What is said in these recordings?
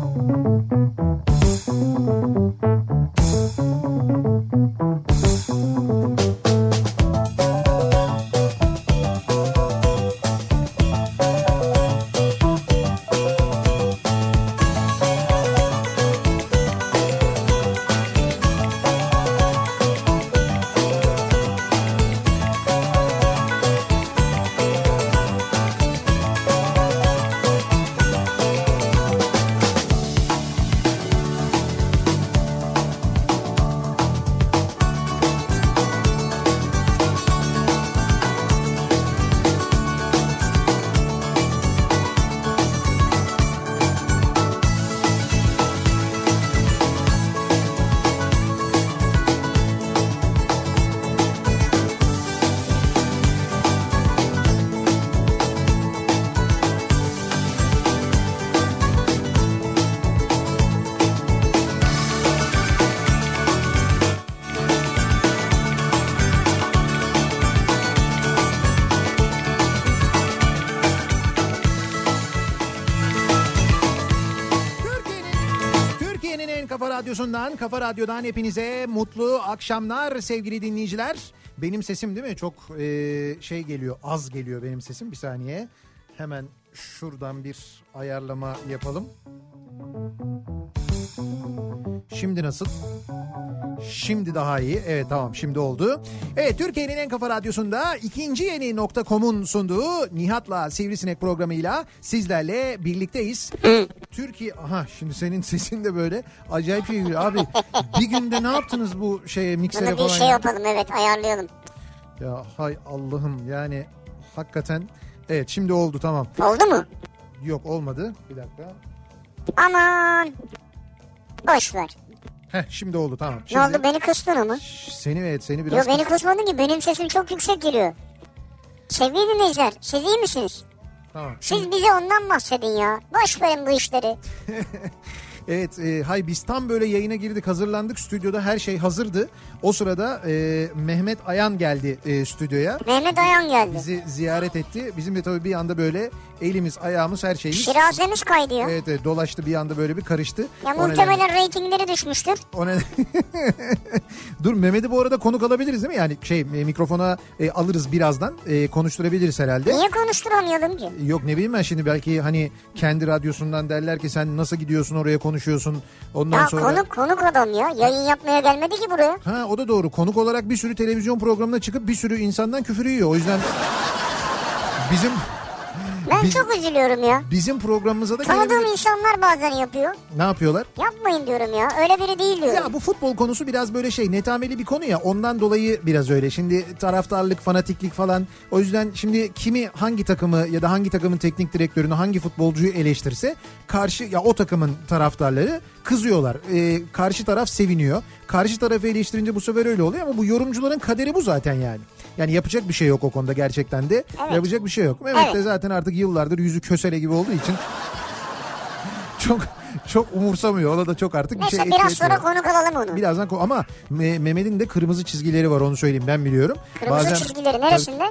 Radyosu'ndan, Kafa Radyo'dan hepinize mutlu akşamlar sevgili dinleyiciler. Benim sesim değil mi? Çok şey geliyor, az geliyor benim sesim. Bir saniye. Hemen şuradan bir ayarlama yapalım. Şimdi nasıl? Şimdi daha iyi. Evet tamam, şimdi oldu. Evet, Türkiye'nin en kafa radyosunda ikinci yeni.com'un sunduğu Nihat'la Sivrisinek programıyla sizlerle birlikteyiz. Türkiye... Aha, şimdi senin sesin de böyle acayip şey geliyor. Abi bir günde ne yaptınız bu şeye, miksere falan? Bunu bir şey yapalım, evet, ayarlayalım. Ya hay Allah'ım, yani hakikaten. Evet, şimdi oldu, tamam. Oldu mu? Yok, olmadı. Bir dakika. Aman. Boş ver. Şimdi oldu, tamam. Şimdi, ne oldu, beni kıstın ama? Seni biraz... Yok, beni kısmadın ki, benim sesim çok yüksek geliyor. Sevgili dinleyiciler, siz iyi misiniz? Tamam. Siz bize ondan bahsedin ya. Boş verin bu işleri. Evet, biz tam böyle yayına girdik, hazırlandık, stüdyoda her şey hazırdı. O sırada Mehmet Ayan geldi stüdyoya. Mehmet Ayan geldi. Bizi ziyaret etti. Bizim de tabii bir anda böyle elimiz, ayağımız, her şeyimiz. Şirazemiz kaydı ya. Evet, dolaştı bir anda, böyle bir karıştı. Ya muhtemelen reytingleri düşmüştür. Dur, Mehmet'i bu arada konuk alabiliriz değil mi? Yani mikrofona alırız birazdan, konuşturabiliriz herhalde. Niye konuşturamayalım ki? Yok, ne bileyim ben, şimdi belki hani kendi radyosundan derler ki sen nasıl gidiyorsun oraya, konuşuyorsun. Ondan ya sonra... konuk adam ya. Yayın yapmaya gelmedi ki buraya. Ha, o da doğru. Konuk olarak bir sürü televizyon programına çıkıp bir sürü insandan küfür yiyor. O yüzden Ben çok üzülüyorum ya. Bizim programımıza da... Tanıdığım insanlar bazen yapıyor. Ne yapıyorlar? Yapmayın diyorum ya. Öyle biri değil diyorum. Ya bu futbol konusu biraz böyle netameli bir konu ya. Ondan dolayı biraz öyle. Şimdi taraftarlık, fanatiklik falan. O yüzden şimdi kimi hangi takımı ya da hangi takımın teknik direktörünü, hangi futbolcuyu eleştirse o takımın taraftarları kızıyorlar. Karşı taraf seviniyor. Karşı tarafı eleştirince bu sefer öyle oluyor ama bu yorumcuların kaderi bu zaten yani. Yani yapacak bir şey yok o konuda gerçekten de. Evet. Yapacak bir şey yok. Mehmet de zaten artık yıllardır yüzü kösele gibi olduğu için çok umursamıyor. Ona da çok artık bir şey etmiyor. Neyse, biraz sonra konuk alalım onu. Birazdan ama Mehmet'in de kırmızı çizgileri var, onu söyleyeyim, ben biliyorum. Kırmızı çizgileri neresinde?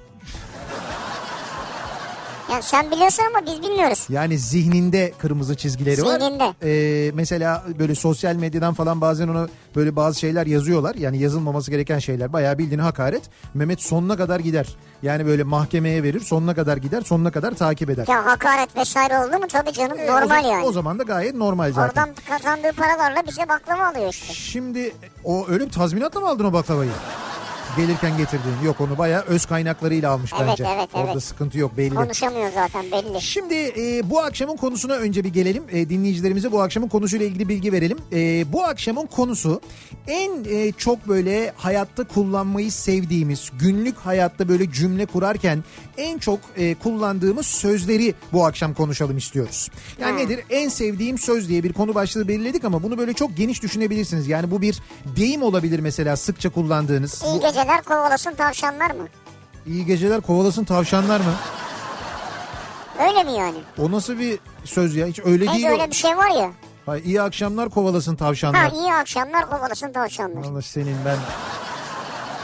Ya sen biliyorsun ama biz bilmiyoruz. Yani zihninde kırmızı çizgileri var. Zihninde. Mesela böyle sosyal medyadan falan bazen ona böyle bazı şeyler yazıyorlar. Yani yazılmaması gereken şeyler. Bayağı bildiğin hakaret. Mehmet sonuna kadar gider. Yani böyle mahkemeye verir, sonuna kadar gider, sonuna kadar takip eder. Ya hakaret vesaire oldu mu tabii canım, normal yani. O zaman da gayet normal zaten. Oradan kazandığı paralarla bize baklava alıyor işte. Şimdi o öyle bir tazminatla mı aldın o baklavayı? Gelirken getirdiğin. Yok, onu bayağı öz kaynaklarıyla almış bence. Evet. Orada sıkıntı yok, belli. Konuşamıyor zaten, belli. Şimdi bu akşamın konusuna önce bir gelelim. Dinleyicilerimize bu akşamın konusuyla ilgili bilgi verelim. Bu akşamın konusu en çok böyle hayatta kullanmayı sevdiğimiz, günlük hayatta böyle cümle kurarken en çok kullandığımız sözleri bu akşam konuşalım istiyoruz. Yani nedir? En sevdiğim söz diye bir konu başlığı belirledik ama bunu böyle çok geniş düşünebilirsiniz. Yani bu bir deyim olabilir mesela, sıkça kullandığınız. İyi geceler kovalasın tavşanlar mı? İyi geceler kovalasın tavşanlar mı? Öyle mi yani? O nasıl bir söz ya? Hiç öyle değil. Öyle bir şey var ya. Hayır, iyi akşamlar kovalasın tavşanlar. İyi akşamlar kovalasın tavşanlar. Allah senin ben.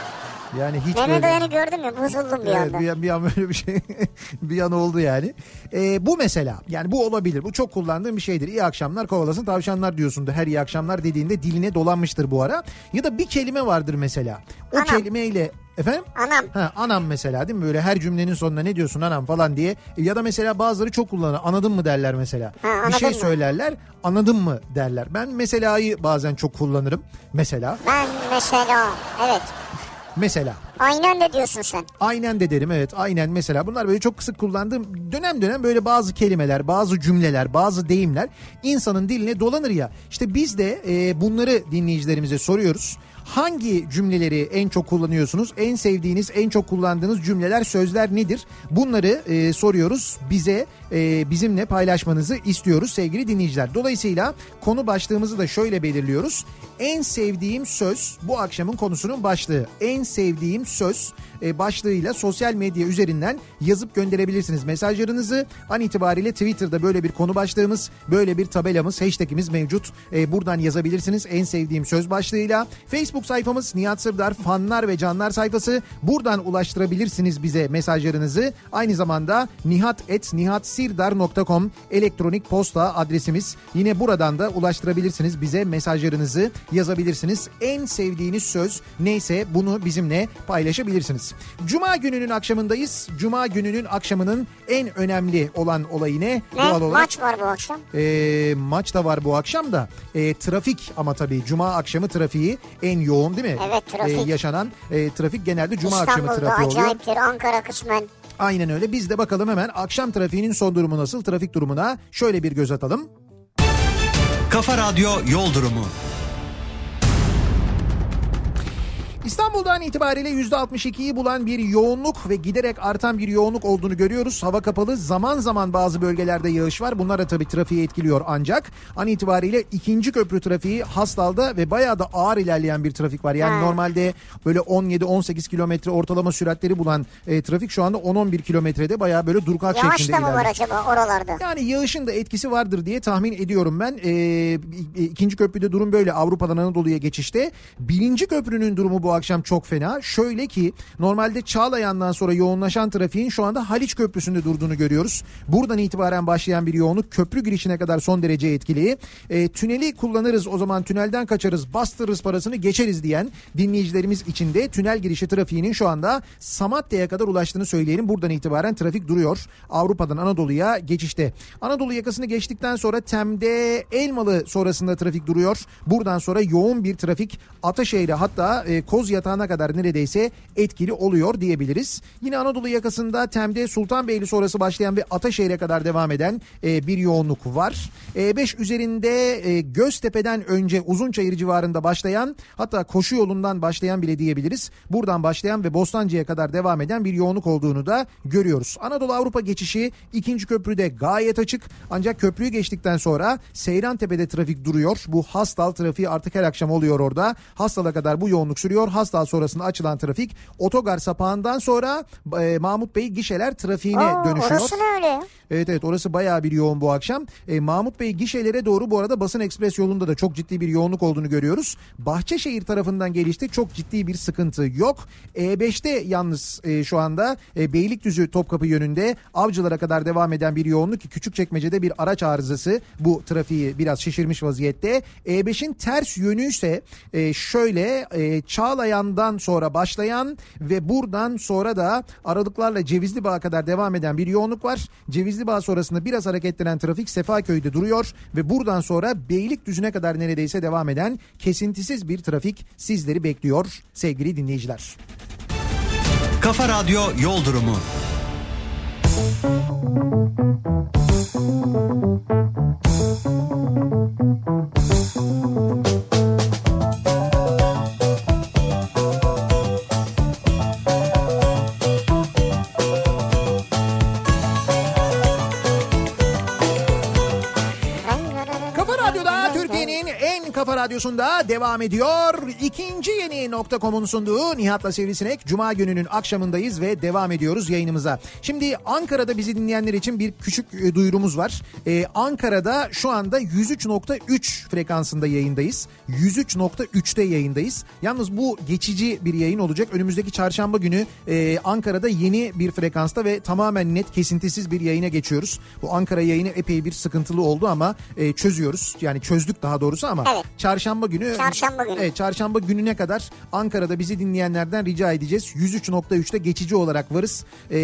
Yani hiç Mehmet böyle... Ayan'ı gördüm ya, bozuldum bir anda. Evet, bir an böyle bir şey bir an oldu yani. Bu mesela, yani bu olabilir. Bu çok kullandığım bir şeydir. İyi akşamlar kovalasın tavşanlar diyorsundur. Her iyi akşamlar dediğinde diline dolanmıştır bu ara. Ya da bir kelime vardır mesela. O Anam. kelimeyle... Efendim? Anam. Ha, anam mesela, değil mi? Böyle her cümlenin sonuna ne diyorsun anam falan diye. Ya da mesela bazıları çok kullanır. Anladın mı derler mesela. Bir şey söylerler. Anladın mı derler. Ben mesela'yı bazen çok kullanırım. Mesela. Ben mesela, evet. Mesela. Aynen de diyorsun sen. Aynen de derim, evet, aynen mesela. Bunlar böyle çok sık kullandığım, dönem dönem böyle bazı kelimeler, bazı cümleler, bazı deyimler insanın diline dolanır ya. İşte biz de bunları dinleyicilerimize soruyoruz. Hangi cümleleri en çok kullanıyorsunuz? En sevdiğiniz, en çok kullandığınız cümleler, sözler nedir? Bunları soruyoruz. Bizimle paylaşmanızı istiyoruz sevgili dinleyiciler. Dolayısıyla konu başlığımızı da şöyle belirliyoruz. En sevdiğim söz bu akşamın konusunun başlığı. En sevdiğim söz başlığıyla sosyal medya üzerinden yazıp gönderebilirsiniz mesajlarınızı. An itibariyle Twitter'da böyle bir konu başlığımız, böyle bir tabelamız, hashtagimiz mevcut. Buradan yazabilirsiniz en sevdiğim söz başlığıyla. Facebook sayfamız Nihat Sırdar fanlar ve canlar sayfası. Buradan ulaştırabilirsiniz bize mesajlarınızı. Aynı zamanda nihat@nihatsirdar.com elektronik posta adresimiz. Yine buradan da ulaştırabilirsiniz bize mesajlarınızı, yazabilirsiniz. En sevdiğiniz söz neyse bunu bizimle paylaşabilirsiniz. Cuma gününün akşamındayız. Cuma gününün akşamının en önemli olan olayı ne? Ne? Maç var bu akşam. Maç da var bu akşam da. Trafik ama tabii Cuma akşamı trafiği en yoğun, değil mi? Evet, trafik. Yaşanan trafik genelde Cuma akşamı trafiği oluyor. İstanbul'da acayiptir, Ankara kısmen. Aynen öyle. Biz de bakalım hemen akşam trafiğinin son durumu nasıl? Trafik durumuna şöyle bir göz atalım. Kafa Radyo Yol Durumu. İstanbul'dan itibariyle %62'yi bulan bir yoğunluk ve giderek artan bir yoğunluk olduğunu görüyoruz. Hava kapalı, zaman zaman bazı bölgelerde yağış var. Bunlar da tabii trafiği etkiliyor ancak. An itibariyle 2. köprü trafiği Hastal'da ve bayağı da ağır ilerleyen bir trafik var. Yani normalde böyle 17-18 kilometre ortalama süratleri bulan trafik şu anda 10-11 kilometrede bayağı böyle durkak şeklinde ilerliyor. Yağış da mı var acaba oralarda? Yani yağışın da etkisi vardır diye tahmin ediyorum ben. 2. köprüde durum böyle, Avrupa'dan Anadolu'ya geçişte. 1. köprünün durumu bu akşam çok fena. Şöyle ki normalde Çağlayan'dan sonra yoğunlaşan trafiğin şu anda Haliç Köprüsü'nde durduğunu görüyoruz. Buradan itibaren başlayan bir yoğunluk köprü girişine kadar son derece etkili. Tüneli kullanırız, o zaman tünelden kaçarız, bastırırız parasını geçeriz diyen dinleyicilerimiz için de tünel girişi trafiğinin şu anda Samatya'ya kadar ulaştığını söyleyelim. Buradan itibaren trafik duruyor. Avrupa'dan Anadolu'ya geçişte. Anadolu yakasını geçtikten sonra Tem'de Elmalı sonrasında trafik duruyor. Buradan sonra yoğun bir trafik Ataşehir'e, hatta Koz Yatağı'na kadar neredeyse etkili oluyor diyebiliriz. Yine Anadolu yakasında Tem'de Sultanbeyli sonrası başlayan ve Ataşehir'e kadar devam eden bir yoğunluk var. E5 üzerinde Göztepe'den önce Uzunçayır civarında başlayan, hatta koşu yolundan başlayan bile diyebiliriz. Buradan başlayan ve Bostancı'ya kadar devam eden bir yoğunluk olduğunu da görüyoruz. Anadolu Avrupa geçişi 2. köprüde gayet açık. Ancak köprüyü geçtikten sonra Seyrantepe'de trafik duruyor. Bu Hastal trafiği artık her akşam oluyor orada. Hastal'a kadar bu yoğunluk sürüyor. Hastal sonrasında açılan trafik otogar sapağından sonra Mahmut Bey gişeler trafiğine dönüşüyor. Orası ne öyle? Evet, orası bayağı bir yoğun bu akşam. Mahmut Bey gişelere doğru bu arada Basın Ekspres yolunda da çok ciddi bir yoğunluk olduğunu görüyoruz. Bahçeşehir tarafından gelişte çok ciddi bir sıkıntı yok. E5'te yalnız şu anda Beylikdüzü Topkapı yönünde Avcılar'a kadar devam eden bir yoğunluk. Küçükçekmece'de bir araç arızası bu trafiği biraz şişirmiş vaziyette. E5'in ters yönü ise şöyle Çağlayan'dan sonra başlayan ve buradan sonra da aralıklarla Cevizlibağ'a kadar devam eden bir yoğunluk var. Cevizlibağ sonrasında biraz hareketlenen trafik Sefaköy'de duruyor ve buradan sonra Beylikdüzü'ne kadar neredeyse devam eden kesintisiz bir trafik sizleri bekliyor sevgili dinleyiciler. Kafa Radyo Yol Durumu. Kafa Radyosu'nda devam ediyor. İkinci yeni nokta.com'un sunduğu Nihat'la Sivrisinek. Cuma gününün akşamındayız ve devam ediyoruz yayınımıza. Şimdi Ankara'da bizi dinleyenler için bir küçük duyurumuz var. Ankara'da şu anda 103.3 frekansında yayındayız. 103.3'te yayındayız. Yalnız bu geçici bir yayın olacak. Önümüzdeki çarşamba günü Ankara'da yeni bir frekansta ve tamamen net, kesintisiz bir yayına geçiyoruz. Bu Ankara yayını epey bir sıkıntılı oldu ama çözüyoruz. Yani çözdük daha doğrusu ama evet. Çarşamba günü. Evet, çarşamba gününe kadar Ankara'da bizi dinleyenlerden rica edeceğiz. 103.3'te geçici olarak varız.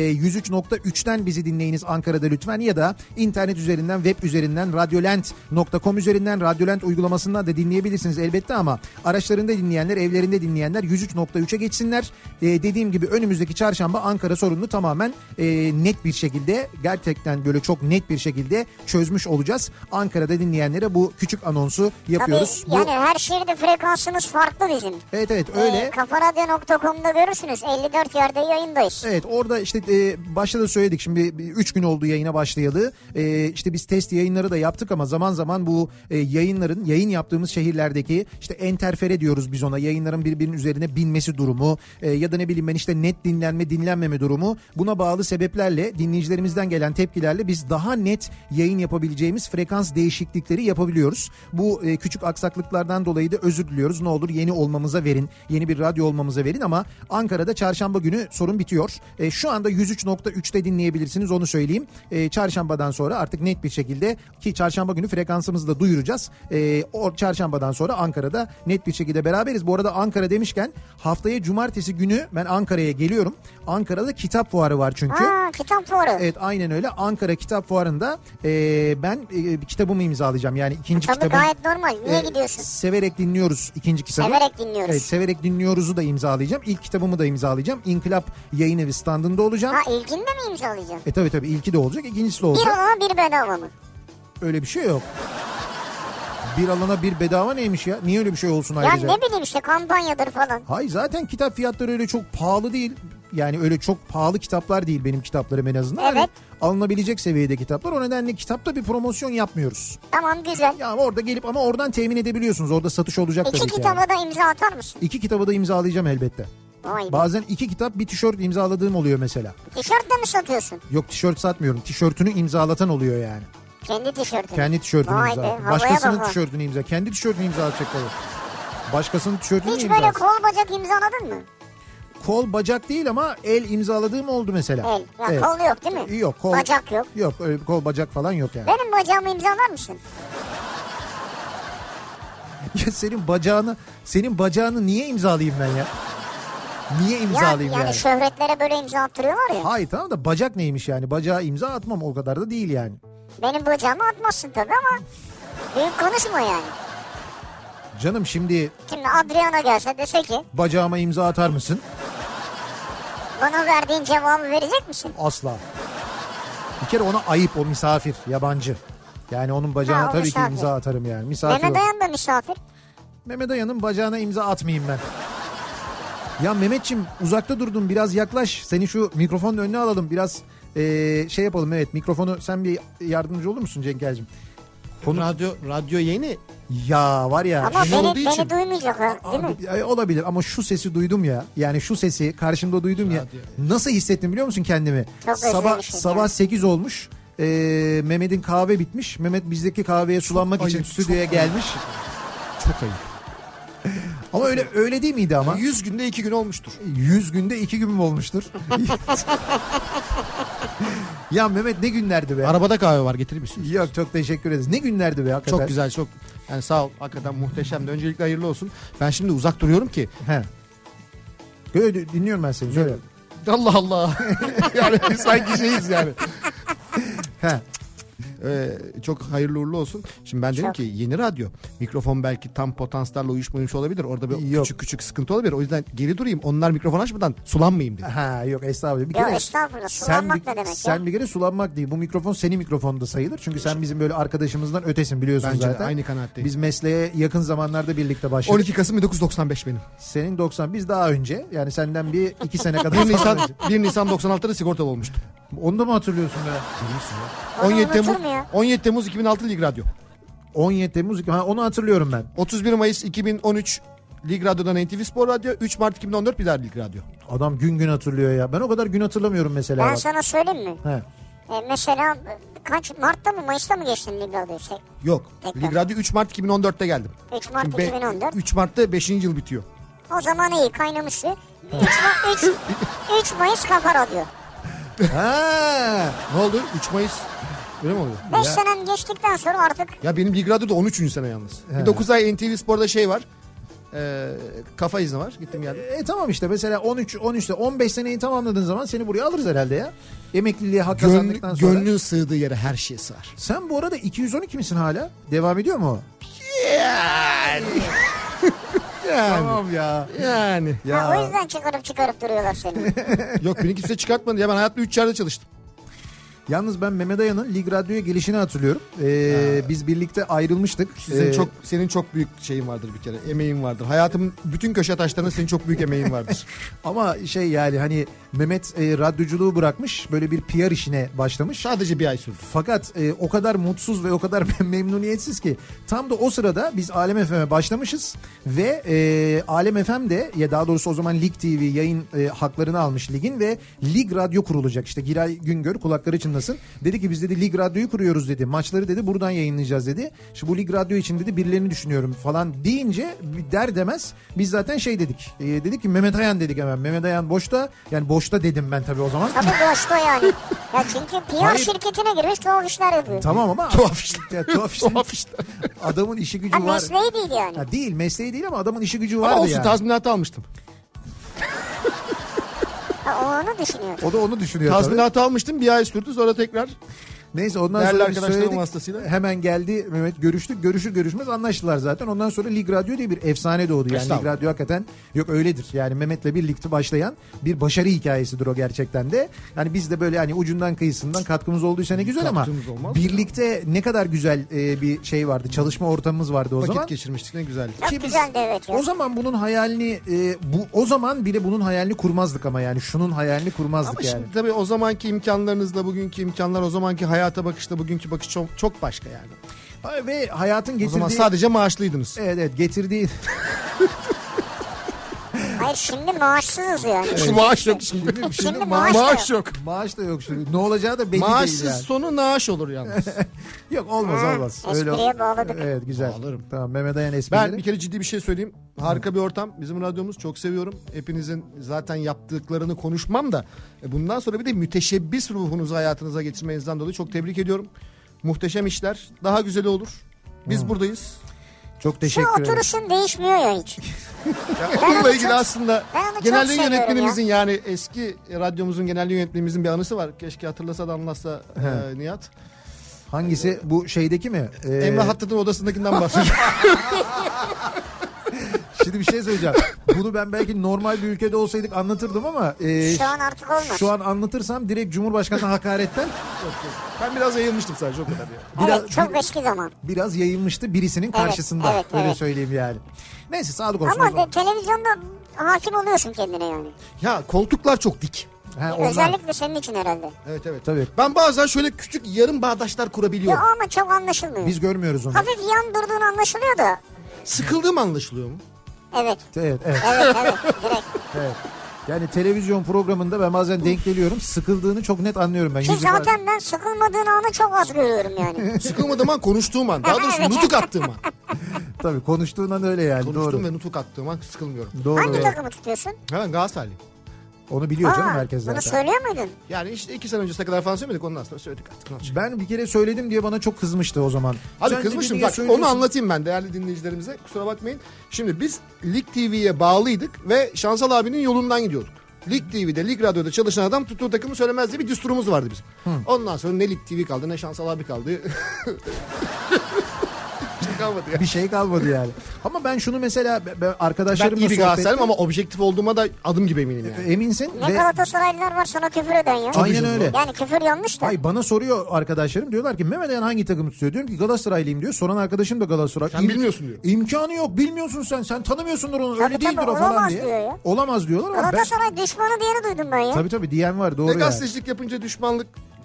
103.3'ten bizi dinleyiniz Ankara'da lütfen, ya da internet üzerinden, web üzerinden, radyolent.com üzerinden, Radyolent uygulamasından da dinleyebilirsiniz elbette ama araçlarında dinleyenler, evlerinde dinleyenler 103.3'e geçsinler. Dediğim gibi önümüzdeki çarşamba Ankara sorununu tamamen net bir şekilde, gerçekten böyle çok net bir şekilde çözmüş olacağız. Ankara'da dinleyenlere bu küçük anonsu yapıyoruz. Tabii yani her şehirde frekansımız farklı bizim. Evet öyle. Kafaradyo.com'da görürsünüz, 54 yerde yayındayız. Evet, orada işte başta da söyledik, şimdi 3 gün oldu yayına başlayalı. İşte biz test yayınları da yaptık ama zaman zaman bu yayın yaptığımız şehirlerdeki işte enterfere diyoruz biz ona, yayınların birbirinin üzerine binmesi durumu ya da ne bileyim ben işte net dinlenmeme durumu, buna bağlı sebeplerle, dinleyicilerimizden gelen tepkilerle biz daha net yayın yapabileceğimiz frekans değişiklikleri yapabiliyoruz. Bu küçük aksaklıklardan dolayı da özür diliyoruz. Ne olur yeni olmamıza verin, yeni bir radyo olmamıza verin ama Ankara'da çarşamba günü sorun bitiyor. Şu anda 103.3'te dinleyebilirsiniz, onu söyleyeyim. Çarşambadan sonra artık net bir şekilde, ki çarşamba günü frekansımızı da duyuracağız. O çarşambadan sonra Ankara'da net bir şekilde beraberiz. Bu arada Ankara demişken haftaya cumartesi günü ben Ankara'ya geliyorum. Ankara'da kitap fuarı var çünkü. Kitap fuarı. Evet, aynen öyle. Ankara Kitap Fuarı'nda ben kitabımı imzalayacağım. Yani ikinci Tabii kitabım. gayet normal. Niye gidiyorsun? Severek dinliyoruz ikinci kitabı. Severek dinliyoruz. Evet, severek dinliyoruz'u da imzalayacağım. İlk kitabımı da imzalayacağım. İnkılap Yayın Evi standında olacağım. İlkini de mi imzalayacaksın? Tabii ilki de olacak, ikincisi de olacak. Bir alana bir bedava mı? Öyle bir şey yok. Bir alana bir bedava neymiş ya? Niye öyle bir şey olsun ayrıca? Ya ne bileyim işte, kampanyadır falan. Hayır, zaten kitap fiyatları öyle çok pahalı değil. Yani öyle çok pahalı kitaplar değil benim kitaplarım en azından. Evet. Hani alınabilecek seviyede kitaplar. O nedenle kitapta bir promosyon yapmıyoruz. Tamam, güzel. Ya orada gelip ama oradan temin edebiliyorsunuz. Orada satış olacak tabii ki. 2 kitaba da imza atar mısın? 2 kitabı da imzalayacağım elbette. Vay be. Bazen 2 kitap bir tişört imzaladığım oluyor mesela. Tişört de mi satıyorsun? Yok, tişört satmıyorum. Tişörtünü imzalatan oluyor yani. Kendi tişörtünü. Kendi tişörtünü Vay imza. be, Başkasının havaya bak. tişörtünü imza. Kendi tişörtünü imzalayacak tabii. Başkasının tişörtünü Hiç imza. böyle kol bacak imzaladın mı? Kol bacak değil ama el imzaladığım oldu mesela. El. Ya Evet. kol yok değil mi? Yok. Bacak yok. Yok, öyle kol bacak falan yok yani. Benim bacağımı imzalar mısın? Ya senin bacağını niye imzalayayım ben ya? Niye imzalayayım yani? Yani şöhretlere böyle imza attırıyorlar ya. Hayır, tamam da bacak neymiş yani? Bacağa imza atmam, o kadar da değil yani. Benim bacağımı atmazsın tabii ama büyük konuşma yani. Canım şimdi Adriana gelse dese ki bacağıma imza atar mısın? bana verdiğin cevabı verecek misin? Asla. Bir kere ona ayıp, o misafir, yabancı. Yani onun bacağına tabii misafir. ki imza atarım yani. Misafir Mehmet o. Ayan da misafir. Mehmet Ayan'ın bacağına imza atmayayım ben. Ya Mehmetçim, uzakta durdun, biraz yaklaş. Seni şu mikrofonun önüne alalım. Biraz şey yapalım, evet, mikrofonu sen bir yardımcı olur musun Cenkel'cim? Radyo yeni. Ya var ya. Ama olduğu beni için- duymayacak ha, değil mi? Olabilir ama şu sesi duydum ya. Yani şu sesi karşımda duydum ya. Nasıl hissettim biliyor musun kendimi? Çok Sabah 8 olmuş. Mehmet'in kahve bitmiş. Mehmet bizdeki kahveye sulanmak için ayıp, stüdyoya çok gelmiş. Çok ayıp. Ama öyle değil miydi ama? 100 günde 2 gün olmuştur. 100 günde 2 gün mü olmuştur? Ya Mehmet, ne günlerdi be? Arabada kahve var, getirir misin? Yok, çok teşekkür ederiz. Ne günlerdi be hakikaten. Çok güzel, çok. Yani sağ ol, hakikaten muhteşemdi. Öncelikle hayırlı olsun. Ben şimdi uzak duruyorum ki. He. Dinliyorum ben seni. Söyle. Allah Allah. Yani sanki şeyiz yani. He. Çok hayırlı uğurlu olsun. Şimdi ben dedim ki yeni radyo. Mikrofon belki tam potanslarla uyuşmamış olabilir. Orada bir küçük sıkıntı olabilir. O yüzden geri durayım. Onlar mikrofon açmadan sulanmayayım dedim. Ha, yok estağfurullah. Bir Yok kere estağfurullah, sulanmak ne demek sen ya? bir kere sulanmak değil. Bu mikrofon senin mikrofonda sayılır. Çünkü sen bizim böyle arkadaşımızdan ötesin, biliyorsun Bence de zaten. aynı kanaatteyim. Biz mesleğe yakın zamanlarda birlikte başladık. 12 Kasım 1995 benim. Senin 90, biz daha önce. Yani senden bir 2 sene kadar 1 Nisan 96'da sigortalı olmuştum. Onu da mı hatırlıyorsun be? Onu 17 Temmuz unutur mu ya? 17 Temmuz 2006 Lig Radyo. 17 Temmuz onu hatırlıyorum ben. 31 Mayıs 2013 Lig Radyo'dan NTV Spor Radyo. 3 Mart 2014 bir daha Lig Radyo. Adam gün hatırlıyor ya. Ben o kadar gün hatırlamıyorum mesela. Ben sana söyleyeyim mi? He. Mesela kaç Mart'ta mı Mayıs'ta mı geçtin Lig Radyo'yu? Yok. Tekrar. Lig Radyo 3 Mart 2014'te geldim. 3 Mart Şimdi 2014. 3 Mart'ta 5. yıl bitiyor. O zaman iyi kaynamıştı. 3 Mayıs Kafa Radyo. Ha. Ne oldu? 3 Mayıs öyle mi oluyor? 5 senen geçtikten sonra artık. Ya benim Lig Radyo'da 13. sene yalnız. He. Bir 9 ay NTV Spor'da şey var. Kafa izni var. Gittim geldim. Tamam işte mesela 13'te 15 seneyi tamamladığın zaman seni buraya alırız herhalde ya. Emekliliğe hak kazandıktan sonra. Gönlün sığdığı yere her şey sığar. Sen bu arada 212 misin hala? Devam ediyor mu o? Yani. Tamam ya. Yani. Ya. Ha, o yüzden çıkarıp duruyorlar seni. Yok beni kimse çıkartmadı ya, ben hayatta 3 yerde çalıştım. Yalnız ben Mehmet Ayan'ın Lig Radyo'ya gelişini hatırlıyorum. Biz birlikte ayrılmıştık. Senin çok büyük şeyin vardır bir kere. Emeğin vardır. Hayatımın bütün köşe taşlarında senin çok büyük emeğin vardır. Ama yani hani Mehmet radyoculuğu bırakmış, böyle bir PR işine başlamış. Sadece bir ay sürdü. Fakat o kadar mutsuz ve o kadar memnuniyetsiz ki tam da o sırada biz Alem FM'e başlamışız ve Alem FM de, ya daha doğrusu o zaman Lig TV yayın haklarını almış Lig'in ve Lig Radyo kurulacak. İşte Giray Güngör kulakları çınlasın. Dedi ki biz dedi Lig Radyo'yu kuruyoruz dedi. Maçları dedi buradan yayınlayacağız dedi. İşte bu Lig Radyo için dedi birilerini düşünüyorum falan deyince der demez biz zaten şey dedik. Dedik ki Mehmet Ayan dedik hemen. Mehmet Ayan boşta, yani boşta dedim ben tabii o zaman. Tabii boşta yani. Ya çünkü PR Hayır. şirketine girmiş tuhaf işler yapıyor. Tamam ama Tuhaf işler. Ya, tuhaf işler. Tuhaf işler. Adamın işi gücü Ha, var. mesleği değil yani. Ha, değil mesleği değil ama adamın işi gücü Ama vardı olsun yani. tazminatı almıştım. Ha, o onu düşünüyor. O da onu düşünüyor tabii. Tazminatı almıştım, bir ay sürdü, sonra tekrar Neyse ondan değerli sonra biz arkadaşlarım söyledik. vasıtasıyla. Hemen geldi Mehmet, görüştük. Görüşür görüşmez anlaştılar zaten. Ondan sonra Lig Radyo diye bir efsane doğdu. Yani Lig Radyo hakikaten yok öyledir. Yani Mehmet'le birlikte başlayan bir başarı hikayesidir o gerçekten de. Yani biz de böyle hani ucundan kıyısından katkımız olduysa ne güzel ama birlikte ne kadar güzel bir şey vardı. Çalışma ortamımız vardı o Vakit zaman. geçirmiştik, ne güzeldi. Çok güzeldi evet ya. O zaman bunun hayalini o zaman bile bunun hayalini kurmazdık ama yani şunun hayalini kurmazdık Ama yani. şimdi tabii o zamanki imkanlarınızla bugünkü imkanlar, o zamanki hayata bakışla bugünkü bakış çok, çok başka yani. Ve hayatın getirdiği... O zaman sadece maaşlıydınız. Evet getirdiği... Hayır şimdi maaşsızız yani. Şu maaş yok şimdi. Şimdi Maaş yok. Maaş da yok şimdi. Ne olacağı da belli Maaşsız değil yani. sonu naaş olur yalnız. Yok olmaz. Espriye bağladık. Evet güzel. Bağlarım. Tamam Mehmet Ayan esprileri. Ben bir kere ciddi bir şey söyleyeyim. Harika bir ortam. Bizim radyomuz, çok seviyorum. Hepinizin zaten yaptıklarını konuşmam da bundan sonra bir de müteşebbis ruhunuzu hayatınıza getirmenizden dolayı çok tebrik ediyorum. Muhteşem işler. Daha güzeli olur. Biz buradayız. Çok Şu teşekkür ederim. oturuşun değişmiyor ya hiç. Onunla ilgili aslında ben onu çok genel seviyorum yönetmenimizin yani eski radyomuzun genel yönetmenimizin bir anısı var. Keşke hatırlasa da anlatsa Nihat. Hangisi bu şeydeki mi? Emre Hattat'ın odasındakinden bahsediyor. Şimdi bir şey söyleyeceğim. Bunu ben belki normal bir ülkede olsaydık anlatırdım ama Şu an artık olmaz. şu an anlatırsam direkt Cumhurbaşkanı'na hakaretten Ben biraz yayılmıştım sadece, o kadar ya. Evet çok eski zaman. biraz yayılmıştı birisinin karşısında. evet, Öyle evet. söyleyeyim yani. Neyse sağlık olsun. o Ama zaman. televizyonda hakim oluyorsun kendine yani. Ya koltuklar çok dik. Ha, ondan. Özellikle senin için herhalde. Evet. Tabii. Ben bazen şöyle küçük yarım bağdaşlar Ya kurabiliyorum. ama çok anlaşılmıyor. Biz görmüyoruz onu. Hafif yan durduğun anlaşılıyor da. Sıkıldığım anlaşılıyor mu? Evet. Evet. Direkt. Evet. Yani televizyon programında ben bazen denk geliyorum. Sıkıldığını çok net anlıyorum ben. Ki zaten ben sıkılmadığın anı çok az görüyorum yani. Sıkılmadığım an, konuştuğum an. Daha doğrusu nutuk attığım an. Tabii konuştuğundan öyle yani. Konuştuğum Doğru. ve nutuk attığım an sıkılmıyorum. Doğru. Hangi doğru. takımı tutuyorsun? Hemen Galatasaraylıyım. Onu biliyor canım herkes zaten. Bunu söylüyor muydun? Yani işte 2 sene öncesine kadar falan söylemedik, ondan sonra söyledik artık. Ne olacak? Ben bir kere söyledim diye bana çok kızmıştı o zaman. Abi Sen de kızmışım, niye bak söylüyorsun? onu anlatayım ben değerli dinleyicilerimize, kusura bakmayın. Şimdi biz Lig TV'ye bağlıydık ve Şansal abinin yolundan gidiyorduk. Lig TV'de, Lig Radyo'da çalışan adam tuttuğu takımı söylemez diye bir düsturumuz vardı bizim. Ondan sonra ne Lig TV kaldı ne Şansal abi kaldı. Kalmadı ya. Bir şey kalmadı yani. Ama ben şunu mesela Ben arkadaşlarımla iyi bir Galatasaraylıyım sohbette... ama objektif olduğuma da adım gibi eminim yani. Eminsin Ne ve Galatasaraylılar var sana küfür eden ya. aynen öyle. Yani küfür yanlış da. Ay bana soruyor arkadaşlarım, diyorlar ki Mehmet Ayan hangi takımı tutuyor? Diyorum ki Galatasaraylıyım diyor. Soran arkadaşım da Galatasaray. Sen bilmiyorsun diyor. İmkanı yok, bilmiyorsun sen tanımıyorsundur onu, Tabii, öyle değildir tabii, o falan olamaz diye. diyor ya. Olamaz diyorlar ama ben... Galatasaray düşmanı diyeni duydum ben ya. Tabii diyen var doğru Ne yani. gazetecilik yapınca düşmanlık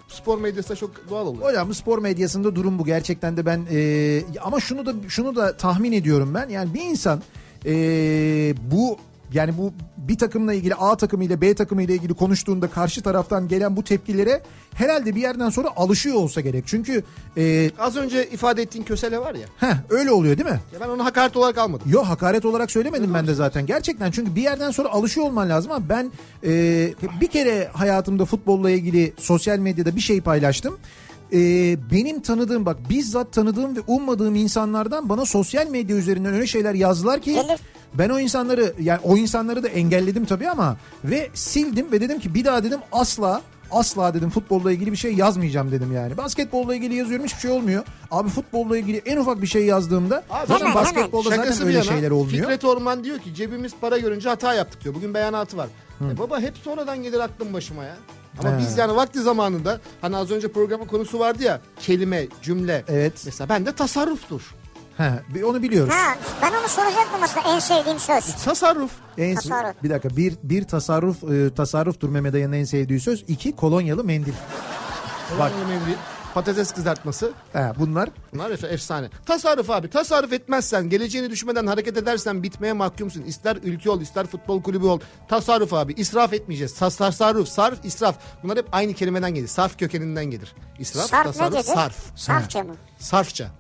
spor medyasında çok doğal oluyor. Hocam bu spor medyasında durum bu. Gerçekten de ben ama şunu da tahmin ediyorum ben. Yani bir insan bu bir takımla ilgili A takımı ile B takımı ile ilgili konuştuğunda karşı taraftan gelen bu tepkilere herhalde bir yerden sonra alışıyor olsa gerek. Çünkü az önce ifade ettiğin kösele var ya. Öyle oluyor değil mi? Ya ben onu hakaret olarak almadım. Yok, hakaret olarak söylemedim ben de zaten. Gerçekten çünkü bir yerden sonra alışıyor olman lazım ama ben bir kere hayatımda futbolla ilgili sosyal medyada bir şey paylaştım. Benim tanıdığım, bak bizzat tanıdığım ve ummadığım insanlardan bana sosyal medya üzerinden öyle şeyler yazdılar ki ben o insanları da engelledim tabii ama ve sildim ve dedim ki bir daha dedim asla dedim futbolla ilgili bir şey yazmayacağım dedim yani. Basketbolla ilgili yazıyorum, hiçbir şey olmuyor. Abi futbolla ilgili en ufak bir şey yazdığımda zaten basketbolda zaten öyle şeyler olmuyor. Fikret Orman diyor ki cebimiz para görünce hata yaptık diyor. Bugün beyanatı var. Baba hep sonradan gelir aklım başıma ya. Ama biz yani vakti zamanında hani az önce programın konusu vardı ya, kelime, cümle. Evet. Mesela ben de tasarruftur. Onu biliyoruz. Ben onu soracaktım aslında, en sevdiğim söz. Tasarruf. Tasarruf. Bir dakika, bir tasarruftur Mehmet Aya'nın en sevdiği söz. 2 kolonyalı mendil. Bak. Patates kızartması. Bunlar efsane. Tasarruf abi. Tasarruf etmezsen, geleceğini düşünmeden hareket edersen bitmeye mahkumsun. İster ülke ol, ister futbol kulübü ol. Tasarruf abi. İsraf etmeyeceğiz. Tasarruf, sarf, israf. Bunlar hep aynı kelimeden gelir. Sarf kökeninden gelir. İsraf, sarf tasarruf, sarf. Sarfça mı? Sarfça.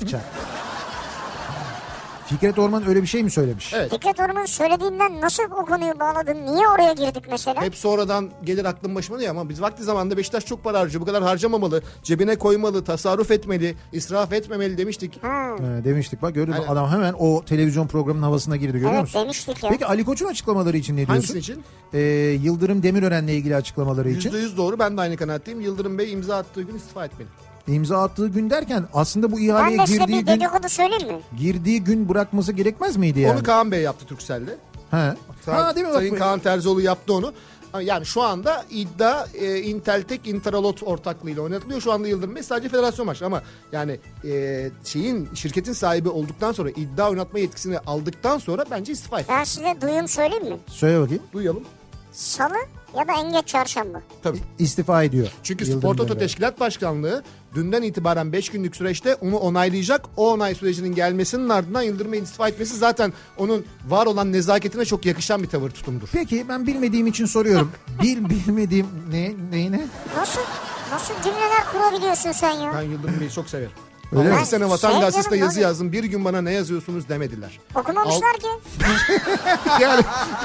Fikret Orman öyle bir şey mi söylemiş? Evet. Fikret Orman söylediğinden nasıl o konuyu bağladın? Niye oraya girdik mesela? Hep sonradan gelir aklım başıma diyor ama biz vakti zamanında Beşiktaş çok para harcıyor. Bu kadar harcamamalı. Cebine koymalı, tasarruf etmeli, israf etmemeli demiştik. Demiştik, bak gördün mü? Adam hemen o televizyon programının havasına girdi, görüyor musun? Evet, demiştik ya. Peki Ali Koç'un açıklamaları için ne diyorsun? Hangisi için? Yıldırım Demirören'le ilgili açıklamaları için. %100 doğru, ben de aynı kanaatteyim. Yıldırım Bey imza attığı gün istifa etmeli. İmza attığı gün derken aslında bu Ben ihaleye de size girdiği bir gün, dedikodu söyleyeyim mi? girdiği gün bırakması gerekmez miydi yani? Onu Kaan Bey yaptı Turkcell'de. Değil mi? Sayın Kaan Terzioğlu yaptı onu. Yani şu anda iddia Inteltek Intralot ortaklığıyla oynatılıyor. Şu anda Yıldırım Bey sadece federasyon başkanı ama yani şirketin sahibi olduktan sonra, iddia oynatma yetkisini aldıktan sonra bence istifa etti. Ben size duyum söyleyeyim mi? Söyle bakayım. Duyalım. Salı ya da en geç çarşamba. Tabii. İstifa ediyor. Çünkü Yıldırım Spor Toto Demirören. Teşkilat Başkanlığı dünden itibaren 5 günlük süreçte onu onaylayacak. O onay sürecinin gelmesinin ardından Yıldırım Bey'in istifa etmesi zaten onun var olan nezaketine çok yakışan bir tavır, tutumdur. Peki ben bilmediğim için soruyorum. Bilmediğim ne? Nasıl cümleler kurabiliyorsun sen ya? Ben Yıldırım Bey'i çok severim. Öyle mi? 6 sene Vatan Şey Gazetesi'nde canım, yazı abi. yazdım. Bir gün bana ne yazıyorsunuz demediler. Okumamışlar ki. Yani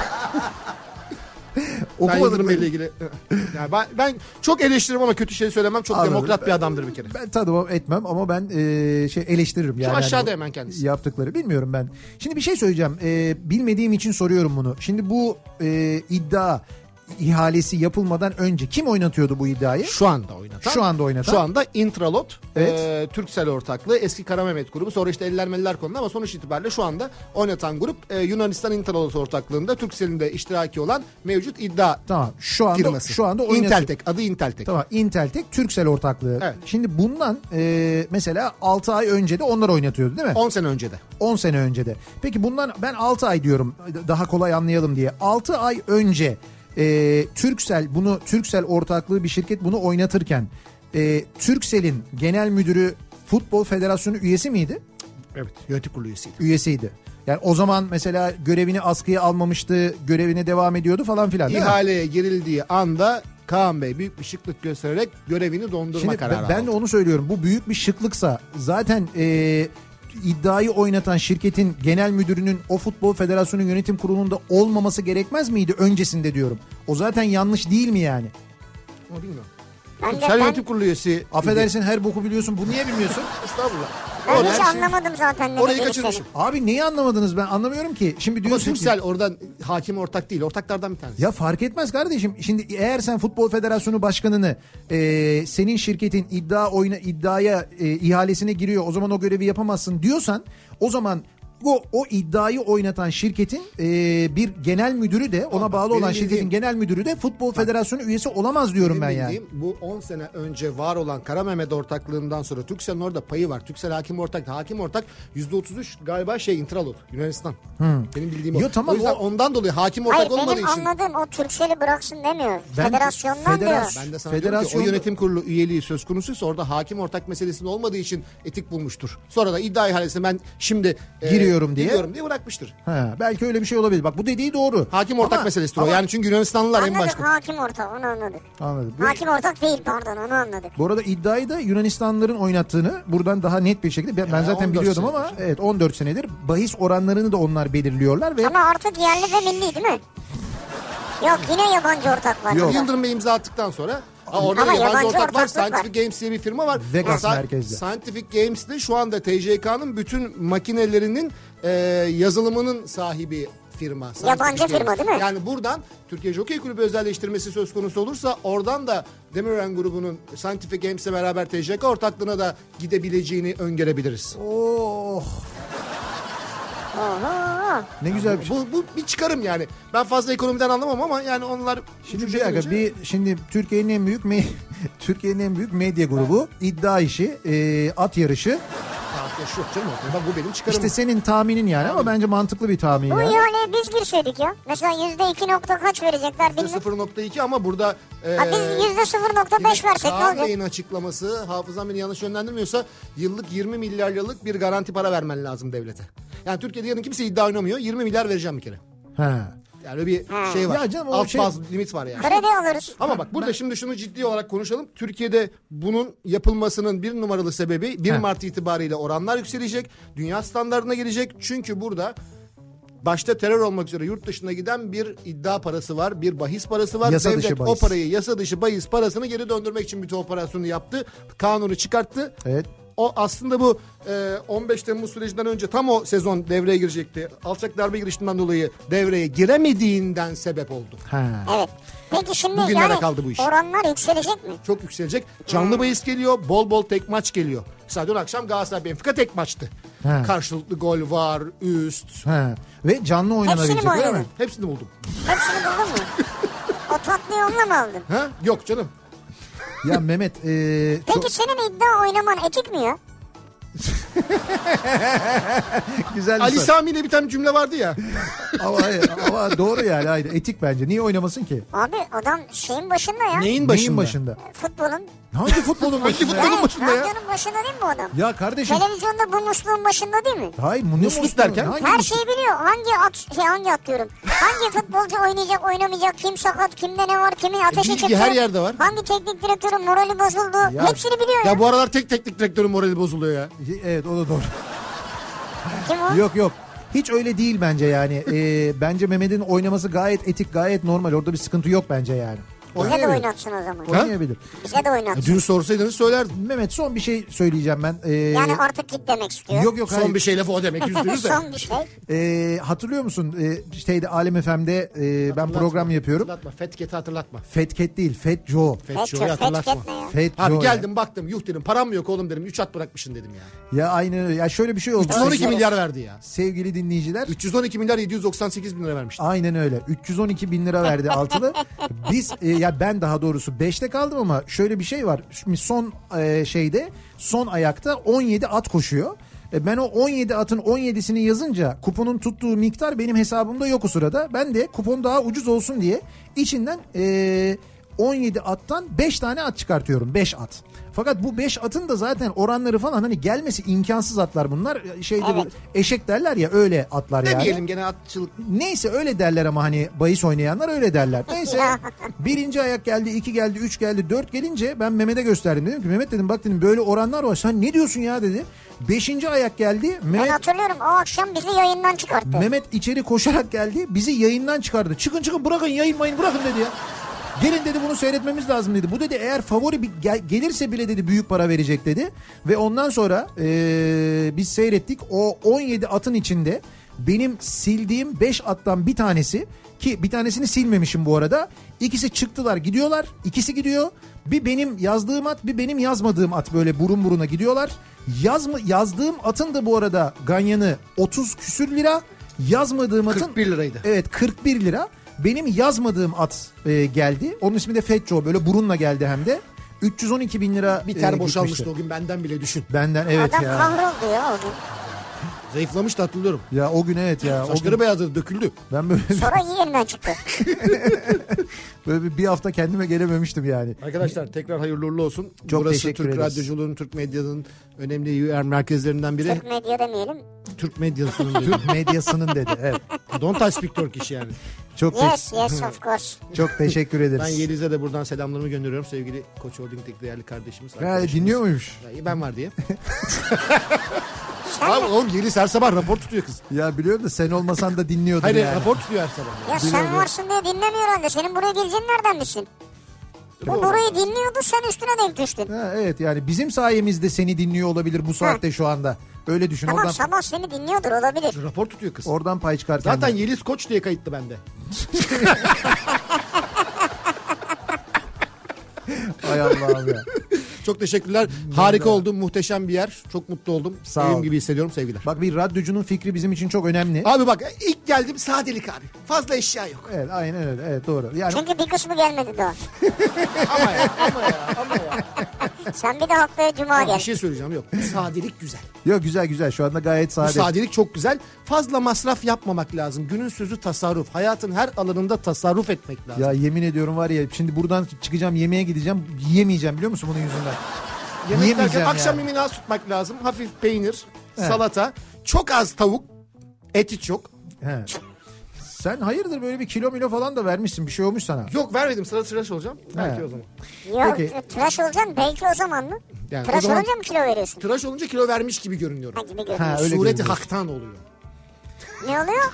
ben Okumadım Yıldırım Bey'le ben. ilgili yani ben çok eleştiririm ama kötü şey söylemem. Çok Anladım. demokrat bir adamdır bir kere. Ben tanımam etmem ama ben eleştiririm. Yani aşağıda hani hemen kendisi. Yaptıkları bilmiyorum ben. Şimdi bir şey söyleyeceğim. Bilmediğim için soruyorum bunu. Şimdi bu iddia ihalesi yapılmadan önce kim oynatıyordu bu iddiayı? Şu anda oynatan. Şu anda Intralot, Evet. Turkcell ortaklığı, eski Kara Mehmet grubu, sonra işte eller meller konuda ama sonuç itibariyle şu anda oynatan grup Yunanistan Intralot ortaklığında Turkcell'in de iştiraki olan mevcut iddia Tamam. firması. Şu anda oynatıyor. Inteltek, adı Inteltek. Tamam, Inteltek Turkcell ortaklığı. Evet. Şimdi bundan mesela 6 ay önce de onlar oynatıyordu değil mi? 10 sene önce de. 10 sene önce de. Peki bundan ben 6 ay diyorum daha kolay anlayalım diye. 6 ay önce Turkcell ortaklığı bir şirket bunu oynatırken Turkcell'in genel müdürü Futbol Federasyonu üyesi miydi? Evet. Yönetim kurulu üyesiydi. Üyesiydi. Yani o zaman mesela görevini askıya almamıştı, görevine devam ediyordu falan filan değil mi? İhaleye girildiği anda Kaan Bey büyük bir şıklık göstererek görevini dondurma Şimdi kararı ben aldı. de onu söylüyorum. Bu büyük bir şıklıksa zaten iddiayı oynatan şirketin genel müdürünün o Futbol Federasyonu yönetim kurulunda olmaması gerekmez miydi öncesinde diyorum. O zaten yanlış değil mi yani? Ama bilmiyorum. Ben Sen yönetim kurulu üyesi. Affedersin, her boku biliyorsun, bu niye bilmiyorsun? Estağfurullah. Ben hiç Oraya- anlamadım zaten. ne Orayı dediğini kaçırmışım. Abi neyi anlamadınız, ben anlamıyorum ki. Şimdi Ama diyorsun ki... Turkcell oradan hakim ortak değil. Ortaklardan bir tanesi. Ya fark etmez kardeşim. Şimdi eğer sen Futbol Federasyonu Başkanı'nı senin şirketin iddiaya ihalesine giriyor, o zaman o görevi yapamazsın diyorsan, o zaman O iddiayı oynatan şirketin bir genel müdürü de ona bağlı benim olan şirketin bildiğim- genel müdürü de Futbol Federasyonu üyesi olamaz diyorum ben Benim yani. bildiğim Bu 10 sene önce var olan Kara Mehmet ortaklığından sonra Turkcell'in orada payı var. Turkcell hakim ortak. Hakim ortak %33 galiba Intralot Yunanistan. Benim bildiğim o. Yo, tamam, o yüzden o- ondan dolayı hakim ortak Hayır olmadığı benim için. anladığım o Turkcell'i bıraksın demiyor. Ben- Federasyondan diyor. Ben de sana diyorum ki o Federasyonda- yönetim kurulu üyeliği söz konusuysa orada hakim ortak meselesinin olmadığı için etik bulmuştur. Sonra da iddia ihalesine ben şimdi Giriyorum diye. bırakmıştır. Ha, belki öyle bir şey olabilir. Bak bu dediği doğru. Hakim ortak Ama- meselesidir o. ama- Yani çünkü Yunanistanlılar en Anladık, başta. hakim ortak onu anladık. Anladım. Hakim ortak değil pardon onu anladık. Bu arada iddiayı da Yunanistanlıların oynattığını buradan daha net bir şekilde ben zaten 14 biliyordum ama senedir. evet 14 senedir bahis oranlarını da onlar belirliyorlar ve Ama artık yerli ve milli değil mi? Yok yine yabancı ortak var. Yok. Yıldırım Bey imza attıktan sonra orada Ama yabancı yabancı ortak var. ortaklık var. Scientific Games diye bir firma var. Vegas Sa- merkezli. Scientific Games'de şu anda TCK'nın bütün makinelerinin yazılımının sahibi firma. Scientific Yabancı Games. firma değil mi? Yani buradan Türkiye Jockey Kulübü özelleştirmesi söz konusu olursa oradan da Demirören grubunun Scientific Games'le beraber TCK ortaklığına da gidebileceğini öngörebiliriz. oh Oho. ne güzel bir şey. Bu bir çıkarım yani. Ben fazla ekonomiden anlamam ama yani onlar Şimdi bir dakika şimdi Türkiye'nin en büyük Türkiye'nin en büyük medya grubu iddia işi at yarışı Şu yok canım. Bak bu benim çıkarım. işte senin tahminin yani ama bence mantıklı bir tahmin Bu yani. ihaleye biz girseydik ya. Mesela %2 nokta kaç verecekler bilmiyorum. %0.2 ama burada Ha, biz %0.5 versek ne Kaan olacak? Bey'in açıklaması hafızam beni yanlış yönlendirmiyorsa yıllık 20 milyar liralık bir garanti para vermen lazım devlete. Yani Türkiye'de yarın kimse iddia oynamıyor 20 milyar vereceğim bir kere. Ha. Yani öyle bir şey var. Ya canım, o Alt şey- bazı limit var yani. Kredi alırız. Ama bak burada şimdi şunu ciddi olarak konuşalım. Türkiye'de bunun yapılmasının bir numaralı sebebi 1 He. Mart itibariyle oranlar yükselecek. Dünya standartına gelecek. Çünkü burada başta terör olmak üzere yurt dışına giden bir iddia parası var. Bir bahis parası var. Yasa Devlet dışı bahis. o parayı yasa dışı bahis parasını geri döndürmek için bütün operasyonu yaptı. Kanunu çıkarttı. Evet. O aslında bu 15 Temmuz sürecinden önce tam o sezon devreye girecekti. Alçak darbe girişiminden dolayı devreye giremediğinden sebep oldu. Ha. Evet. Peki şimdi Bugünlere yani kaldı bu iş. oranlar yükselecek mi? Çok yükselecek. Canlı bahis geliyor. Bol bol tek maç geliyor. Mesela dün akşam Galatasaray Benfica tek maçtı. He. Karşılıklı gol var, üst. Ha. Ve canlı oynanabilecek Hepsini mi öyle mi? oynadın? Hepsini buldum. Hepsini buldun mu? O tatlıyı onunla mı aldın? Ha? Yok canım. Ya Mehmet Peki çok senin iddia oynaman etik mi ya? güzel bir Ali soru. Sami ile bir tane cümle vardı ya. ama doğru yani hayır, etik bence. Niye oynamasın ki? Abi adam şeyin başında ya. Neyin Neyin başında? Futbolun. Hangi futbolun başında? futbolun Evet, başında ya? radyonun başında değil mi bu adam? Ya kardeşim. Televizyonda bu musluğun başında değil mi? Hayır, Musluk derken? Her şeyi biliyor. Hangi at diyorum. Hangi futbolcu oynayacak, oynamayacak, kim sakat, kimde ne var, kimin ateşi bilgi çıktı. her yerde var. Hangi teknik direktörün morali bozuldu. Ya- Hepsini biliyor ya. Ya bu aralar tek teknik direktörün morali bozuluyor ya. Evet, o da doğru. Kim o? Yok. Hiç öyle değil bence yani. Bence Mehmet'in oynaması gayet etik, gayet normal. Orada bir sıkıntı yok bence yani. Bize de Oynayabilir. oynatsın o zaman. Oynayabilir. Bize de oynatsın. Dün sorsaydınız söylerdim. Mehmet son bir şey söyleyeceğim ben. Yani artık git demek istiyor. Yok hayır. Son bir şey lafı o demek %100 de. Son bir şey. Hatırlıyor musun? Şeyde Alem FM'de ben program yapıyorum. Hatırlatma. Fetket'i hatırlatma. Fetket değil, Fet Joe. Fetço'yu hatırlatma. Fetket ne ya? Fet Abi Joe. geldim baktım yuh dedim param mı yok oğlum dedim 3 at bırakmışsın dedim ya. Ya aynı öyle. Ya şöyle bir şey oldu. 312 milyar verdi ya. Sevgili dinleyiciler. 312 milyar 798 bin lira vermişti. Aynen öyle. 312 bin lira verdi altılı. Biz ya ben daha doğrusu 5'te kaldım ama şöyle bir şey var. Şimdi son son ayakta 17 at koşuyor. Ben o 17 atın 17'sini yazınca kuponun tuttuğu miktar benim hesabımda yok o sırada. Ben de kupon daha ucuz olsun diye içinden 17 attan 5 tane at çıkartıyorum. 5 at. Fakat bu 5 atın da zaten oranları falan hani gelmesi imkansız atlar bunlar. Evet. Eşek derler ya, öyle atlar yani. Demeyelim gene atçılık. Neyse öyle derler ama hani bahis oynayanlar öyle derler. Neyse birinci ayak geldi, 2 geldi, 3 geldi, 4 gelince ben Mehmet'e gösterdim. Dedim ki Mehmet dedim bak dedim böyle oranlar var, sen ne diyorsun ya dedi. 5. ayak geldi. Ben hatırlıyorum o akşam bizi yayından çıkarttı. Mehmet içeri koşarak geldi, bizi yayından çıkardı. Çıkın bırakın yayın bırakın dedi ya. Gelin dedi, bunu seyretmemiz lazım dedi. Bu dedi eğer favori gelirse bile dedi büyük para verecek dedi. Ve ondan sonra biz seyrettik. O 17 atın içinde benim sildiğim 5 attan bir tanesi, ki bir tanesini silmemişim bu arada. İkisi çıktılar gidiyorlar. İkisi gidiyor. Bir benim yazdığım at, bir benim yazmadığım at böyle burun buruna gidiyorlar. Yazdığım atın da bu arada ganyanı 30 küsür lira. Yazmadığım atın 41 liraydı. Evet 41 lira. Benim yazmadığım at geldi. Onun ismi de Fetcho. Böyle burunla geldi hem de. 312 bin lira Bir tane boşalmıştı gitmişti. o gün, benden bile düşün. Benden evet Adam ya. kahroldu ya o gün. Zayıflamıştı, hatırlıyorum. Ya o gün evet ya. O Saçları gün beyazladı, döküldü. ben böyle, Sonra yeniden çıktı. böyle bir hafta kendime gelememiştim yani. Arkadaşlar tekrar hayırlı uğurlu olsun. Çok Burası teşekkür Türk ederiz. radyoculuğunun, Türk medyanın önemli yer merkezlerinden biri. Türk medya demeyelim. Türk medyasının biri. Türk medyasının dedi. Evet. Don't I speak Turkish yani. Çok Yes of course. çok teşekkür ederiz. Ben Yeliz'e de buradan selamlarımı gönderiyorum. Sevgili Koç Holding'deki değerli kardeşimiz. Ha, arkadaşımız. dinliyor muymuş? Ya, ben var diye. Sen Abi mi? oğlum Yeliz her sabah rapor tutuyor kız. Ya biliyorum da sen olmasan da dinliyordun Hayır yani. rapor tutuyor her sabah. Ya sen varsın diye dinlemiyor herhalde. Senin buraya geleceğini nereden bilsin? Bu burayı dinliyordu, sen üstüne denk düştün. Ha, evet yani bizim sayemizde seni dinliyor olabilir bu saatte şu anda. Öyle düşün. Tamam Oradan, sabah seni dinliyordur, olabilir. Rapor tutuyor kız. oradan pay çıkar Zaten kendine. Yeliz Koç diye kayıtlı bende. Hay Allah'ım ya. Çok teşekkürler. Harika oldu. Muhteşem bir yer. Çok mutlu oldum. Sağ ol. Evim gibi hissediyorum. Sevgiler. Bak bir radyocunun fikri bizim için çok önemli. Abi bak ilk geldim sadelik abi. Fazla eşya yok. Evet aynen öyle. Evet doğru. Yani Çünkü bir kısmı gelmedi daha. Ama ya. Sen bir de haftaya cuma Bir gel. şey söyleyeceğim yok. Sadelik güzel. yok güzel güzel şu anda gayet Bu sade. sadelik çok güzel. Fazla masraf yapmamak lazım. Günün sözü tasarruf. Hayatın her alanında tasarruf etmek lazım. Ya yemin ediyorum var ya şimdi buradan çıkacağım yemeğe gideceğim yiyemeyeceğim biliyor musun bunun yüzünden. Yemek derken Yiyemeyeceğim akşam yani. yemeğini az tutmak lazım. Hafif peynir, Evet. salata, çok az tavuk, eti çok. He. Sen hayırdır böyle bir kilo falan da vermişsin bir şey olmuş sana. Yok vermedim, sıra tıraş olacağım. Belki o zaman. Yok Peki. tıraş olacaksın belki o zaman mı? Yani Tıraş o zaman olunca mı kilo veriyorsun? tıraş olunca kilo vermiş gibi görünüyorum. Ha, gibi görünüyor. Ha, öyle Sureti görünüyor. haktan oluyor. Ne oluyor?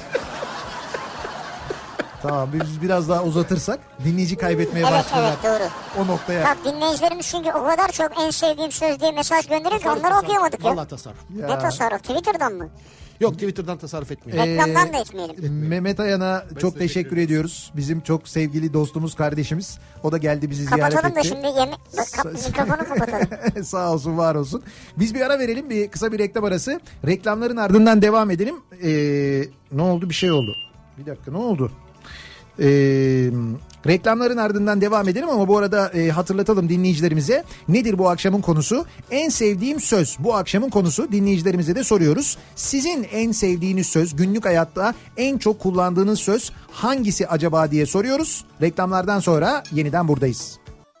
Tamam biz biraz daha uzatırsak dinleyici kaybetmeye Evet başlarlar. evet doğru. O noktaya. Bak dinleyicilerimiz çünkü o kadar çok en sevdiğim söz diye mesaj gönderiyor ki onları okuyamadık ya. Vallahi tasarruf. Ya. Ne tasarruf? Twitter'dan mı? Yok Twitter'dan tasarruf etmiyor. Reklamdan da etmeyelim. Mehmet Ayan'a çok teşekkür ediyoruz. Bizim çok sevgili dostumuz, kardeşimiz. O da geldi bizi ziyaret Kapatalım da etti. şimdi mikrofonu kapatalım. Sağ olsun, var olsun. Biz bir ara verelim, bir kısa bir reklam arası. Reklamların ardından devam edelim. Ne oldu? Bir şey oldu. Bir dakika, ne oldu? Reklamların ardından devam edelim ama bu arada hatırlatalım dinleyicilerimize. Nedir bu akşamın konusu? En sevdiğim söz. Bu akşamın konusu, dinleyicilerimize de soruyoruz. Sizin en sevdiğiniz söz, günlük hayatta en çok kullandığınız söz hangisi acaba diye soruyoruz. Reklamlardan sonra yeniden buradayız.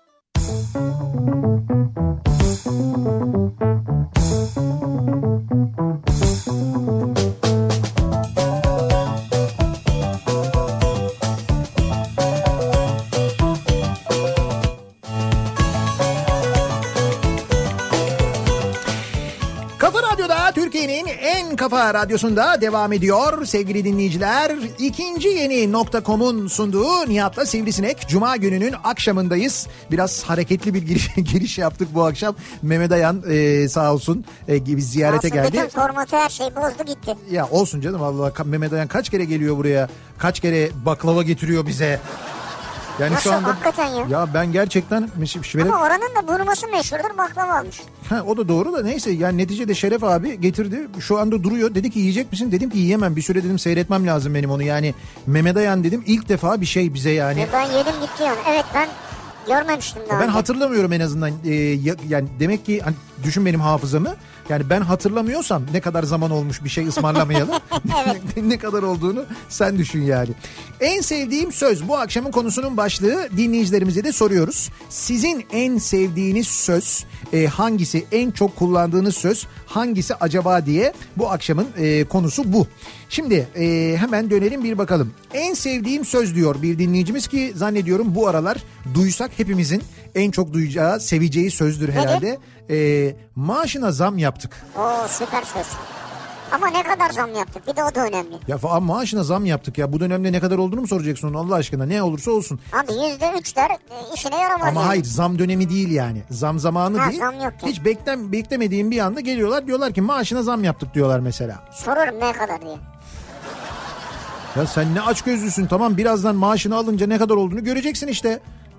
Türkiye'nin en kafa radyosunda devam ediyor sevgili dinleyiciler. İkinci yeni .com'un sunduğu Nihat'la Sivrisinek. Cuma gününün akşamındayız. Biraz hareketli bir giriş yaptık bu akşam. Mehmet Ayan sağ olsun gibi ziyarete olsun, geldi. bütün formatı her şey bozdu gitti. Ya olsun canım, Allah, Mehmet Ayan kaç kere geliyor buraya. Kaç kere baklava getiriyor bize. Yani Nasıl, şu anda hakikaten ya. Ya ben gerçekten ama oranın da burması meşhurdur, baklava almış. O da doğru da neyse, yani neticede Şeref abi getirdi, şu anda duruyor, dedi ki yiyecek misin, dedim ki yiyemem, bir süre dedim seyretmem lazım benim onu, yani Mehmet Ayan dedim ilk defa bir şey bize yani. Ben yedim gitti yani, evet ben görmemiştim daha Ben önce. Hatırlamıyorum en azından, yani demek ki hani düşün benim hafızamı. Yani ben hatırlamıyorsam ne kadar zaman olmuş bir şey ısmarlamayalım. Ne kadar olduğunu sen düşün yani. En sevdiğim söz, bu akşamın konusunun başlığı, dinleyicilerimize de soruyoruz. Sizin en sevdiğiniz söz hangisi, en çok kullandığınız söz hangisi acaba diye, bu akşamın konusu bu. Şimdi hemen dönelim bir bakalım. En sevdiğim söz diyor bir dinleyicimiz ki zannediyorum bu aralar duysak hepimizin en çok duyacağı, seveceği sözdür herhalde. Maaşına zam yaptık. Oo, süper söz. Ama ne kadar zam yaptık, bir de o da önemli. Ya falan, maaşına zam yaptık ya, bu dönemde ne kadar olduğunu mu soracaksın onu Allah aşkına, ne olursa olsun. Abi %3'ler işine yaramaz. Ama yani. hayır, zam dönemi değil yani, zam zamanı değil. Zam yok yani. Hiç beklemediğim bir anda geliyorlar, diyorlar ki maaşına zam yaptık diyorlar mesela. Sorurum ne kadar diye. Ya sen ne açgözlüsün, tamam birazdan maaşını alınca ne kadar olduğunu göreceksin işte.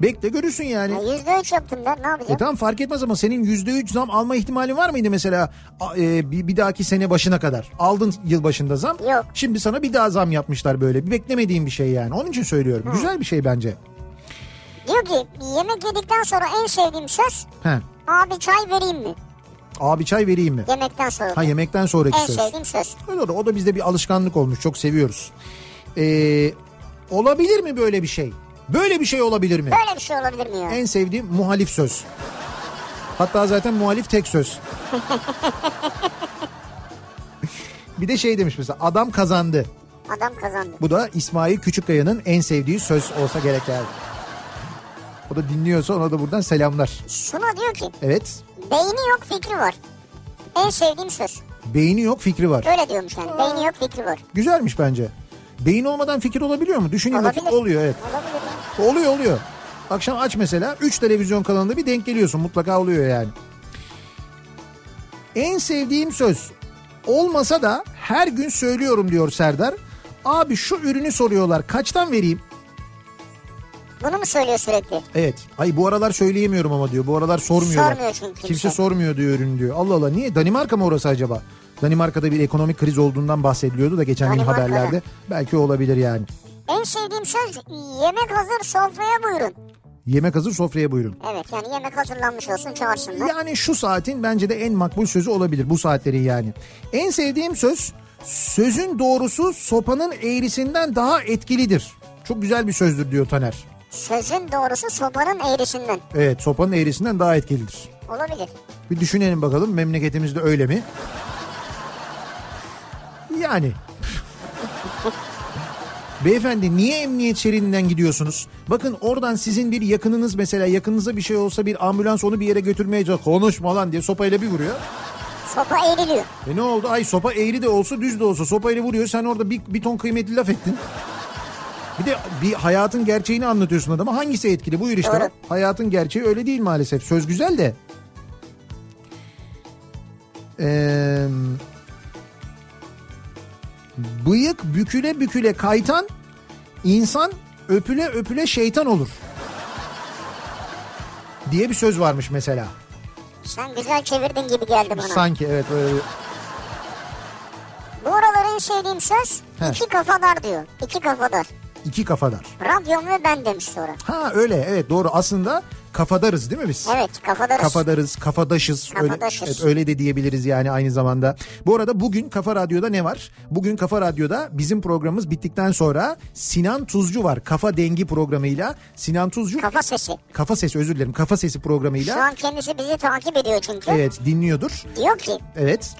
Bekle görürsün yani. %3 yaptım ben, ne yapacağım? Tamam fark etmez ama senin %3 zam alma ihtimalin var mıydı mesela bir dahaki sene başına kadar? Aldın yılbaşında zam. Yok. Şimdi sana bir daha zam yapmışlar böyle. Bir beklemediğin bir şey yani. Onun için söylüyorum. Güzel bir şey bence. Diyor ki yemek yedikten sonra en sevdiğim söz He. abi çay vereyim mi? Abi çay vereyim mi? Yemekten sonra. Ha yemekten sonraki en söz. sevdiğim söz. Öyle, o da bizde bir alışkanlık olmuş. Çok seviyoruz. Olabilir mi böyle bir şey? Böyle bir şey olabilir mi? Böyle bir şey olabilir mi ya? En sevdiğim muhalif söz. Hatta zaten muhalif tek söz. Bir de şey demiş mesela, adam kazandı. Adam kazandı. Bu da İsmail Küçükkaya'nın en sevdiği söz olsa gerek yani. O da dinliyorsa ona da buradan selamlar. Suna diyor ki Evet. beyni yok fikri var. En sevdiğim söz. Beyni yok fikri var. Öyle diyormuş yani. Beyni yok fikri var. Güzelmiş bence. Beyin olmadan fikir olabiliyor mu? Düşünün bakayım. Oluyor evet. Olabilir. Oluyor. Akşam aç mesela 3 televizyon kanalında bir denk geliyorsun. Mutlaka oluyor yani. En sevdiğim söz olmasa da her gün söylüyorum diyor Serdar. Abi şu ürünü soruyorlar, kaçtan vereyim? Bunu mu söylüyor sürekli? Evet. Ay bu aralar söyleyemiyorum ama diyor. Bu aralar sormuyorlar. Sormuyor çünkü kimse. Kimse sormuyor diyor ürün diyor. Allah Allah, niye? Danimarka mı orası acaba? Danimarka'da bir ekonomik kriz olduğundan bahsediliyordu da geçen gün haberlerde. Belki olabilir yani. En sevdiğim söz yemek hazır sofraya buyurun. Yemek hazır sofraya buyurun. Evet yani yemek hazırlanmış olsun çağırsınlar. Yani şu saatin bence de en makbul sözü olabilir bu saatlerin yani. En sevdiğim söz, sözün doğrusu sopanın eğrisinden daha etkilidir. Çok güzel bir sözdür diyor Taner. Sözün doğrusu sopanın eğrisinden. Evet, sopanın eğrisinden daha etkilidir. Olabilir. Bir düşünelim bakalım, memleketimizde öyle mi? Yani. Beyefendi niye emniyet şeridinden gidiyorsunuz? Bakın oradan sizin bir yakınınız, mesela yakınınıza bir şey olsa bir ambulans onu bir yere götürmeye çalışıyor. Konuşma lan diye sopayla bir vuruyor. Sopa eğriliyor. Ne oldu? Ay sopa eğri de olsa düz de olsa sopayla vuruyor. Sen orada bir ton kıymetli laf ettin. Bir de bir hayatın gerçeğini anlatıyorsun adama. Hangisi etkili? Buyur işte. Doğru. Hayatın gerçeği öyle değil maalesef. Söz güzel de. Bıyık büküle büküle kaytan, insan öpüle öpüle şeytan olur diye bir söz varmış mesela. Sen güzel çevirdin gibi geldi bana. Sanki evet öyle. Bu aralar en sevdiğim söz iki kafadar diyor. İki kafadar. İki kafadar. Radyom ve ben demiş sonra. Ha öyle, evet doğru, aslında kafadarız değil mi biz? Evet, kafadarız. Kafadarız, kafadaşız. Kafadaşız. Öyle, evet, öyle de diyebiliriz yani aynı zamanda. Bu arada bugün Kafa Radyo'da ne var? Bugün Kafa Radyo'da bizim programımız bittikten sonra Sinan Tuzcu var. Kafa Dengi programıyla. Sinan Tuzcu. Kafa Sesi. Kafa Sesi, özür dilerim. Kafa Sesi programıyla. Şu an kendisi bizi takip ediyor çünkü. Evet, dinliyordur. Diyor ki. Evet.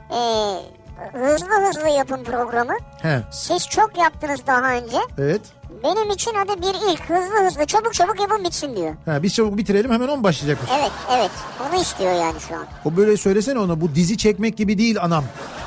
Hızlı yapın programı. He. Siz çok yaptınız daha önce. Evet. Benim için hadi bir ilk, hızlı çabuk yapın bitsin diyor. Ha, biz çabuk bitirelim, hemen 10 başlayacakmış. Evet onu istiyor yani şu an. O böyle söylesene ona, bu dizi çekmek gibi değil anam.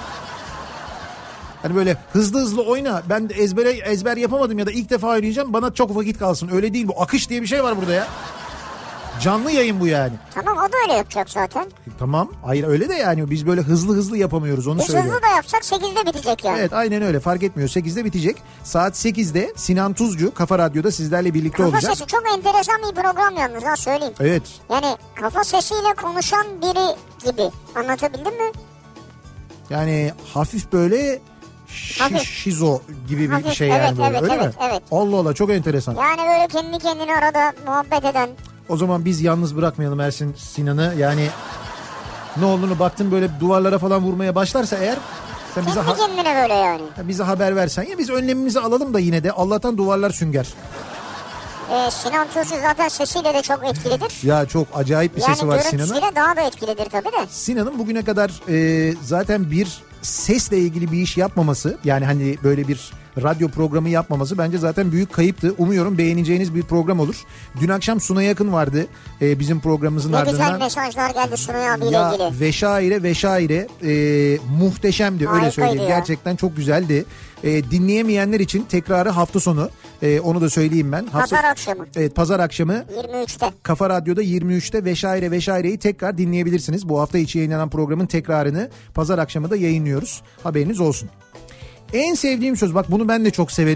Hani böyle hızlı oyna, ben de ezber yapamadım ya da ilk defa oynayacağım, bana çok vakit kalsın. Öyle değil bu, akış diye bir şey var burada ya. Canlı yayın bu yani. Tamam, o da öyle yapacak zaten. Tamam, hayır öyle de yani biz böyle hızlı yapamıyoruz, onu söylüyorum. Biz hızlı da yapsak 8'de bitecek yani. Evet aynen öyle, fark etmiyor, 8'de bitecek. Saat 8'de Sinan Tuzcu Kafa Radyo'da sizlerle birlikte olacak. Kafa Sesi çok enteresan bir program yalnız, ha söyleyeyim. Evet. Yani kafa sesiyle konuşan biri gibi, anlatabildim mi? Yani hafif böyle şizo gibi bir şey evet, yani böyle, öyle mi? Evet. Allah Allah, çok enteresan. Yani böyle kendi kendine arada muhabbet eden. O zaman biz yalnız bırakmayalım Ersin Sinan'ı. Yani ne olduğunu baktın böyle duvarlara falan vurmaya başlarsa eğer, sen bize kendine böyle yani. Bize haber versen ya, biz önlemimizi alalım da yine de Allah'tan duvarlar sünger. Sinan Tuzcu zaten sesiyle de çok etkilidir. Ya çok acayip bir sesi var Sinan'ın. Yani görüntüsüyle daha da etkilidir tabii de. Sinan'ın bugüne kadar zaten bir sesle ilgili bir iş yapmaması, yani hani böyle bir radyo programı yapmaması bence zaten büyük kayıptı. Umuyorum beğeneceğiniz bir program olur. Dün akşam Sunay Akın vardı bizim programımızın ardından. Ne güzel mesajlar geldi Sunay abiyle ilgili. Veşaire muhteşemdi, öyle söyleyeyim. Ya. Gerçekten çok güzeldi. Dinleyemeyenler için tekrarı hafta sonu, onu da söyleyeyim ben. Pazar akşamı. Evet, pazar akşamı 23'te. Kafa Radyo'da 23'te Veşaire'yi tekrar dinleyebilirsiniz. Bu hafta içi yayınlanan programın tekrarını pazar akşamı da yayınlıyoruz. Haberiniz olsun. En sevdiğim söz, bak bunu ben de çok severim.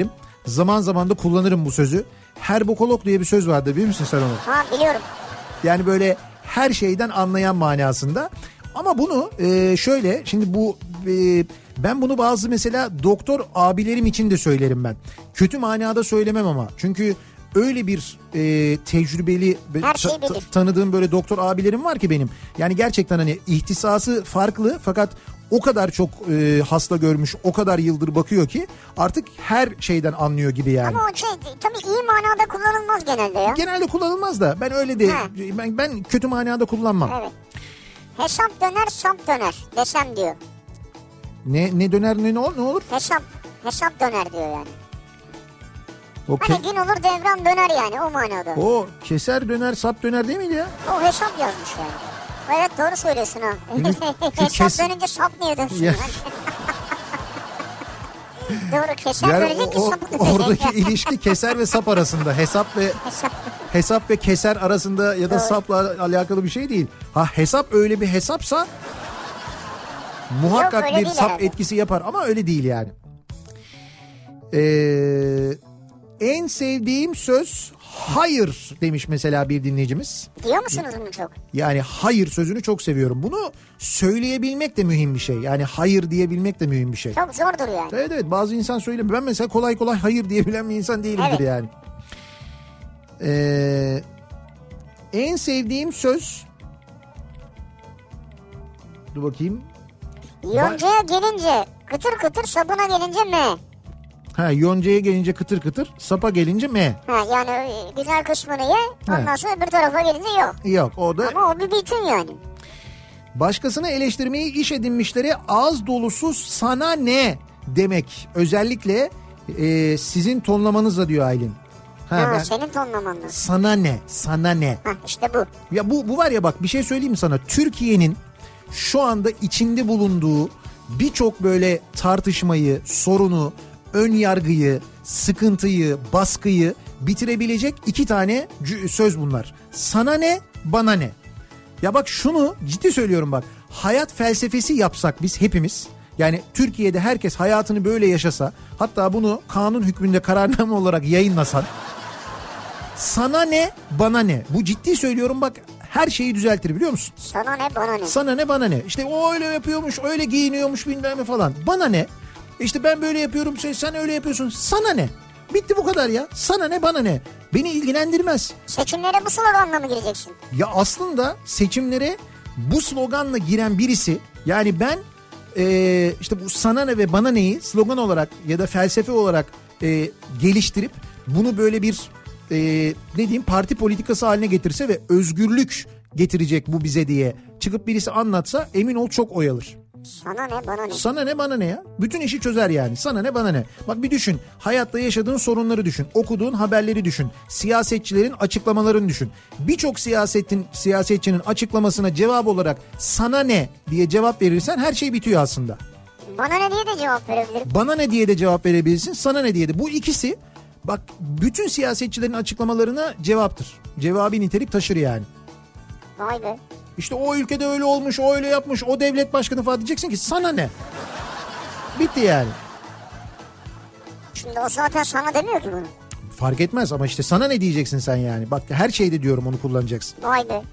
zaman zaman da kullanırım bu sözü. Herbokolog diye bir söz vardı, biliyor musun sen onu? Ha, biliyorum. Yani böyle her şeyden anlayan manasında. Ama bunu şöyle, şimdi bu ben bunu bazı mesela doktor abilerim için de söylerim ben. Kötü manada söylemem ama. Çünkü öyle bir tecrübeli tanıdığım böyle doktor abilerim var ki benim. Yani gerçekten hani ihtisası farklı fakat o kadar çok hasta görmüş, o kadar yıldır bakıyor ki artık her şeyden anlıyor gibi yani. Ama o şey tabii iyi manada kullanılmaz genelde ya. Genelde kullanılmaz da ben öyle de ben kötü manada kullanmam. Evet. Hesap döner, sap döner desem diyor. Ne döner ne olur? Hesap döner diyor yani. Okay. Hani gün olur devran döner yani o manada. O keser döner, sap döner değil miydi ya? O hesap yazmış yani. Evet, doğru söylüyorsun ha. Hesap dönünce sap niye dönsün? Ya. Doğru, keser yani dönecek ki sapı dönecek. Oradaki ilişki keser ve sap arasında. Hesap ve keser arasında ya da doğru. Sapla alakalı bir şey değil. Ha, hesap öyle bir hesapsa muhakkak bir sap herhalde etkisi yapar ama öyle değil yani. En sevdiğim söz hayır demiş mesela bir dinleyicimiz. Diyor musunuz bunu çok? Yani hayır sözünü çok seviyorum. Bunu söyleyebilmek de mühim bir şey. Yani hayır diyebilmek de mühim bir şey. Çok zordur yani. Evet, bazı insan söylemiyor. Ben mesela kolay kolay hayır diyebilen bir insan değilimdir yani. En sevdiğim söz, dur bakayım. Yoncaya gelince kıtır kıtır, sapına gelince me. Ha, yoncaya gelince kıtır kıtır, sapa gelince me. Ha, yani güzel kısmını ye, ondan sonra öbür tarafa gelince yok. Yok, o da. Ama o bir bütün yani. Başkasını eleştirmeyi iş edinmişlere ağız dolusu sana ne demek. Özellikle sizin tonlamanızla diyor Aylin. Ha, senin tonlamanla. Sana ne? Ha, işte bu. Ya bu var ya, bak bir şey söyleyeyim mi sana? Türkiye'nin şu anda içinde bulunduğu birçok böyle tartışmayı, sorunu, ön yargıyı, sıkıntıyı, baskıyı bitirebilecek 2 tane söz bunlar. Sana ne, bana ne? Ya bak, şunu ciddi söylüyorum bak. Hayat felsefesi yapsak biz hepimiz. Yani Türkiye'de herkes hayatını böyle yaşasa, hatta bunu kanun hükmünde kararname olarak yayınlasan. Sana ne, bana ne? Bu ciddi söylüyorum bak, her şeyi düzeltir, biliyor musun? Sana ne, bana ne? Sana ne, bana ne? İşte o öyle yapıyormuş, öyle giyiniyormuş bilmem ne falan. Bana ne? İşte ben böyle yapıyorum, sen öyle yapıyorsun. Sana ne? Bitti, bu kadar ya. Sana ne, bana ne? Beni ilgilendirmez. Seçimlere bu sloganla mı gireceksin? Ya aslında seçimlere bu sloganla giren birisi, yani ben işte bu sana ne ve bana neyi slogan olarak ya da felsefe olarak geliştirip bunu böyle bir ne diyeyim, parti politikası haline getirse ve özgürlük getirecek bu bize diye çıkıp birisi anlatsa, emin ol çok oy alır. Sana ne, bana ne? Sana ne, bana ne ya? Bütün işi çözer yani. Sana ne, bana ne? Bak bir düşün. Hayatta yaşadığın sorunları düşün. Okuduğun haberleri düşün. Siyasetçilerin açıklamalarını düşün. Birçok siyasetçinin açıklamasına cevap olarak sana ne diye cevap verirsen her şey bitiyor aslında. Bana ne diye de cevap verebilirim. Bana ne diye de cevap verebilirsin. Sana ne diye de. Bu ikisi bak bütün siyasetçilerin açıklamalarına cevaptır. Cevabi nitelik taşır yani. Vay be. İşte o ülkede öyle olmuş, o öyle yapmış, o devlet başkanı falan, diyeceksin ki sana ne? Bitti yani. Şimdi o zaten sana demiyor ki bunu. Fark etmez ama işte sana ne diyeceksin sen yani. Bak her şeyde diyorum, onu kullanacaksın. Vay be.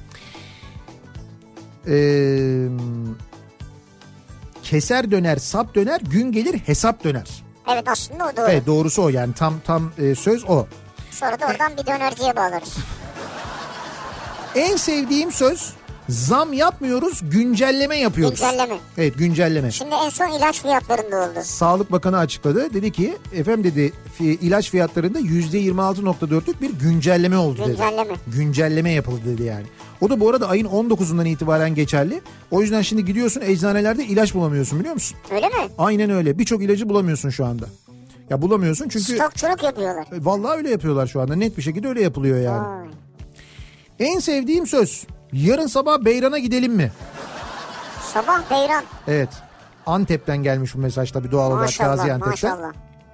Keser döner, sap döner, gün gelir hesap döner. Evet, aslında o doğru. Evet, doğrusu o yani, tam söz o. Sonra da oradan bir dönerciye bağlarız. En sevdiğim söz, zam yapmıyoruz, güncelleme yapıyoruz. Güncelleme. Evet, güncelleme. Şimdi en son ilaç fiyatlarında oldu. Sağlık Bakanı açıkladı. Dedi ki efendim dedi, ilaç fiyatlarında %26.4'lük bir güncelleme oldu dedi. Güncelleme yapıldı dedi yani. O da bu arada ayın 19'undan itibaren geçerli. O yüzden şimdi gidiyorsun eczanelerde ilaç bulamıyorsun, biliyor musun? Öyle mi? Aynen öyle. Birçok ilacı bulamıyorsun şu anda. Ya bulamıyorsun çünkü... Stokçuluk yapıyorlar. Vallahi öyle yapıyorlar şu anda. Net bir şekilde öyle yapılıyor yani. Vay. En sevdiğim söz, yarın sabah Beyran'a gidelim mi? Sabah Beyran. Evet. Antep'ten gelmiş bu mesaj tabii, doğal olarak. Gaziantep'ten. Maşallah.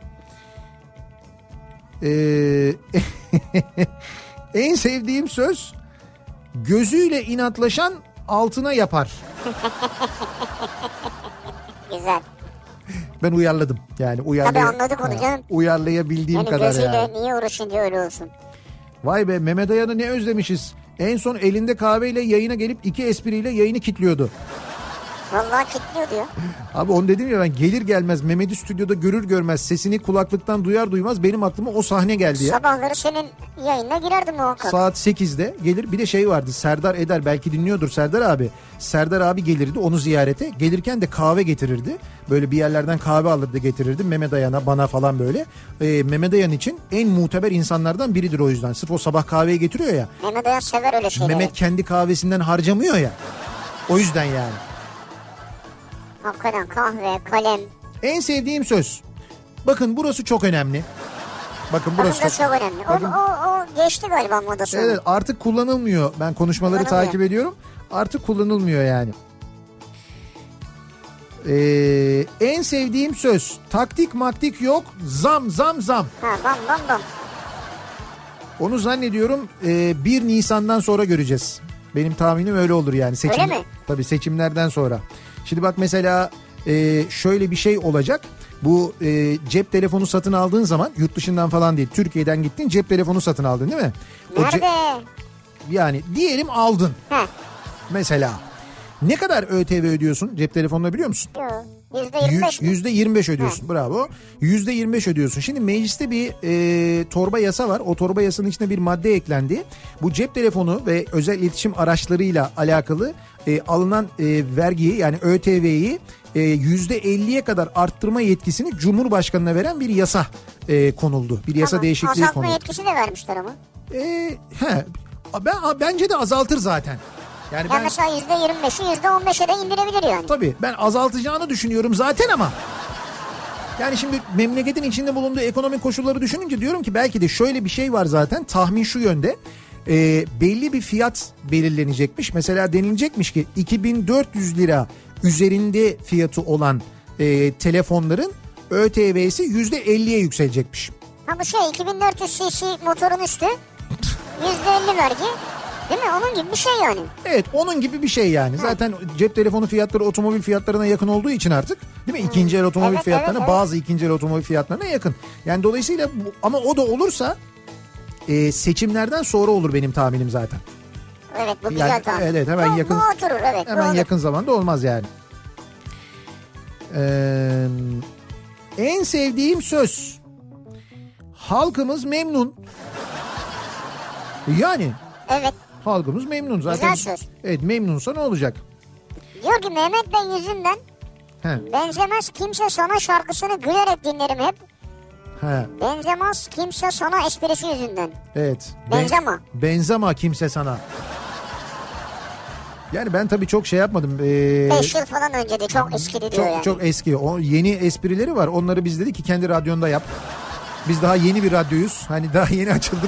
En sevdiğim söz, gözüyle inatlaşan altına yapar. Güzel. Ben uyarladım. Yani Tabii anladık onu canım. Uyarlayabildiğim Yani kadar gözüyle yani. niye uğraşın diye öyle olsun. Vay be, Mehmet Ayan'ı ne özlemişiz. En son elinde kahveyle yayına gelip 2 espriyle yayını kilitliyordu. Vallahi kilitliyordu ya. Abi onu dedim ya ben, gelir gelmez Mehmet'i stüdyoda görür görmez sesini kulaklıktan duyar duymaz benim aklıma o sahne geldi ya. Sabahları senin yayınına girerdim muhakkak. Saat 8'de gelir, bir de şey vardı, Serdar Eder, belki dinliyordur Serdar abi. Serdar abi gelirdi onu ziyarete, gelirken de kahve getirirdi. Böyle bir yerlerden kahve alırdı getirirdi Mehmet Ayan'a, bana falan böyle. Mehmet Ayan için en muteber insanlardan biridir o yüzden. Sırf o sabah kahveyi getiriyor ya. Mehmet Ayan sever öyle şeyleri. Mehmet kendi kahvesinden harcamıyor ya. O yüzden yani. Hakikaten kahve, kalem. En sevdiğim söz. Bakın burası çok önemli. Bakın burası Bakın da çok önemli. Bakın, O geçti galiba modası. evet, artık kullanılmıyor. Ben konuşmaları takip ediyorum. Artık kullanılmıyor yani. En sevdiğim söz. Taktik maktik yok. Zam zam zam. Ha, bam bam bam. Onu zannediyorum 1 Nisan'dan sonra göreceğiz. Benim tahminim öyle olur yani. Öyle mi? Tabii seçimlerden sonra. Şimdi bak mesela şöyle bir şey olacak. Bu cep telefonu satın aldığın zaman, yurt dışından falan değil, Türkiye'den gittin cep telefonu satın aldın değil mi? Nerede? Yani diyelim aldın. He. Mesela ne kadar ÖTV ödüyorsun cep telefonuna biliyor musun? Yok. %25 mi? %25 ödüyorsun. Bravo. %25 ödüyorsun. Şimdi mecliste bir torba yasa var. O torba yasanın içine bir madde eklendi. Bu cep telefonu ve özel iletişim araçlarıyla alakalı alınan vergiyi, yani ÖTV'yi %50'ye kadar arttırma yetkisini Cumhurbaşkanı'na veren bir yasa konuldu. Bir yasa Tamam. değişikliği Azaltma konuldu. yetkisi de vermişler ama. Bence de azaltır zaten. Yani Ya mesela %25'i %15'e de indirebilir yani. Tabii ben azaltacağını düşünüyorum zaten ama yani şimdi memleketin içinde bulunduğu ekonomik koşulları düşününce diyorum ki belki de şöyle bir şey var zaten, tahmin şu yönde. Belli bir fiyat belirlenecekmiş. Mesela denilecekmiş ki 2400 lira üzerinde fiyatı olan telefonların ÖTV'si %50'ye yükselecekmiş. Ha bu 2400 cc motorun üstü %50 vergi. Değil mi? Onun gibi bir şey yani. Evet, onun gibi bir şey yani. Zaten cep telefonu fiyatları otomobil fiyatlarına yakın olduğu için artık, değil mi? İkinci el otomobil fiyatlarına, evet. bazı ikinci el otomobil fiyatlarına yakın. Yani dolayısıyla ama o da olursa seçimlerden sonra olur benim tahminim zaten. Evet, bu güzel tahmin. Evet, hemen yakın. Bu oturur, evet. Hemen yakın zamanda olmaz yani. En sevdiğim söz. Halkımız memnun. Yani Evet. halkımız memnun zaten. Güzel söz. Evet, memnunsa ne olacak? Diyor ki Mehmet Bey yüzünden He. benzemez kimse sana şarkısını gülerek dinlerim hep. He. Benzemez kimse sana esprisi yüzünden. Evet. Benzema. Benzema kimse sana. Yani ben tabii çok şey yapmadım. 5 yıl falan önce de çok eskidi diyor Çok yani. çok eski. O yeni esprileri var. Onları biz dedik ki kendi radyonda yap. Biz daha yeni bir radyoyuz. Hani daha yeni açıldık.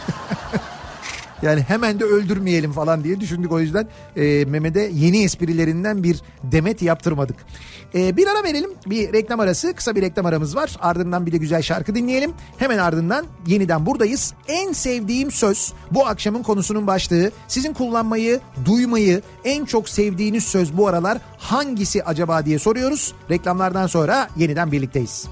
Yani hemen de öldürmeyelim falan diye düşündük, o yüzden Mehmet'e yeni esprilerinden bir demet yaptırmadık. Bir ara verelim, bir reklam arası, kısa bir reklam aramız var, ardından bir de güzel şarkı dinleyelim, hemen ardından yeniden buradayız. En sevdiğim söz bu akşamın konusunun başlığı. Sizin kullanmayı, duymayı en çok sevdiğiniz söz bu aralar hangisi acaba diye soruyoruz. Reklamlardan sonra yeniden birlikteyiz.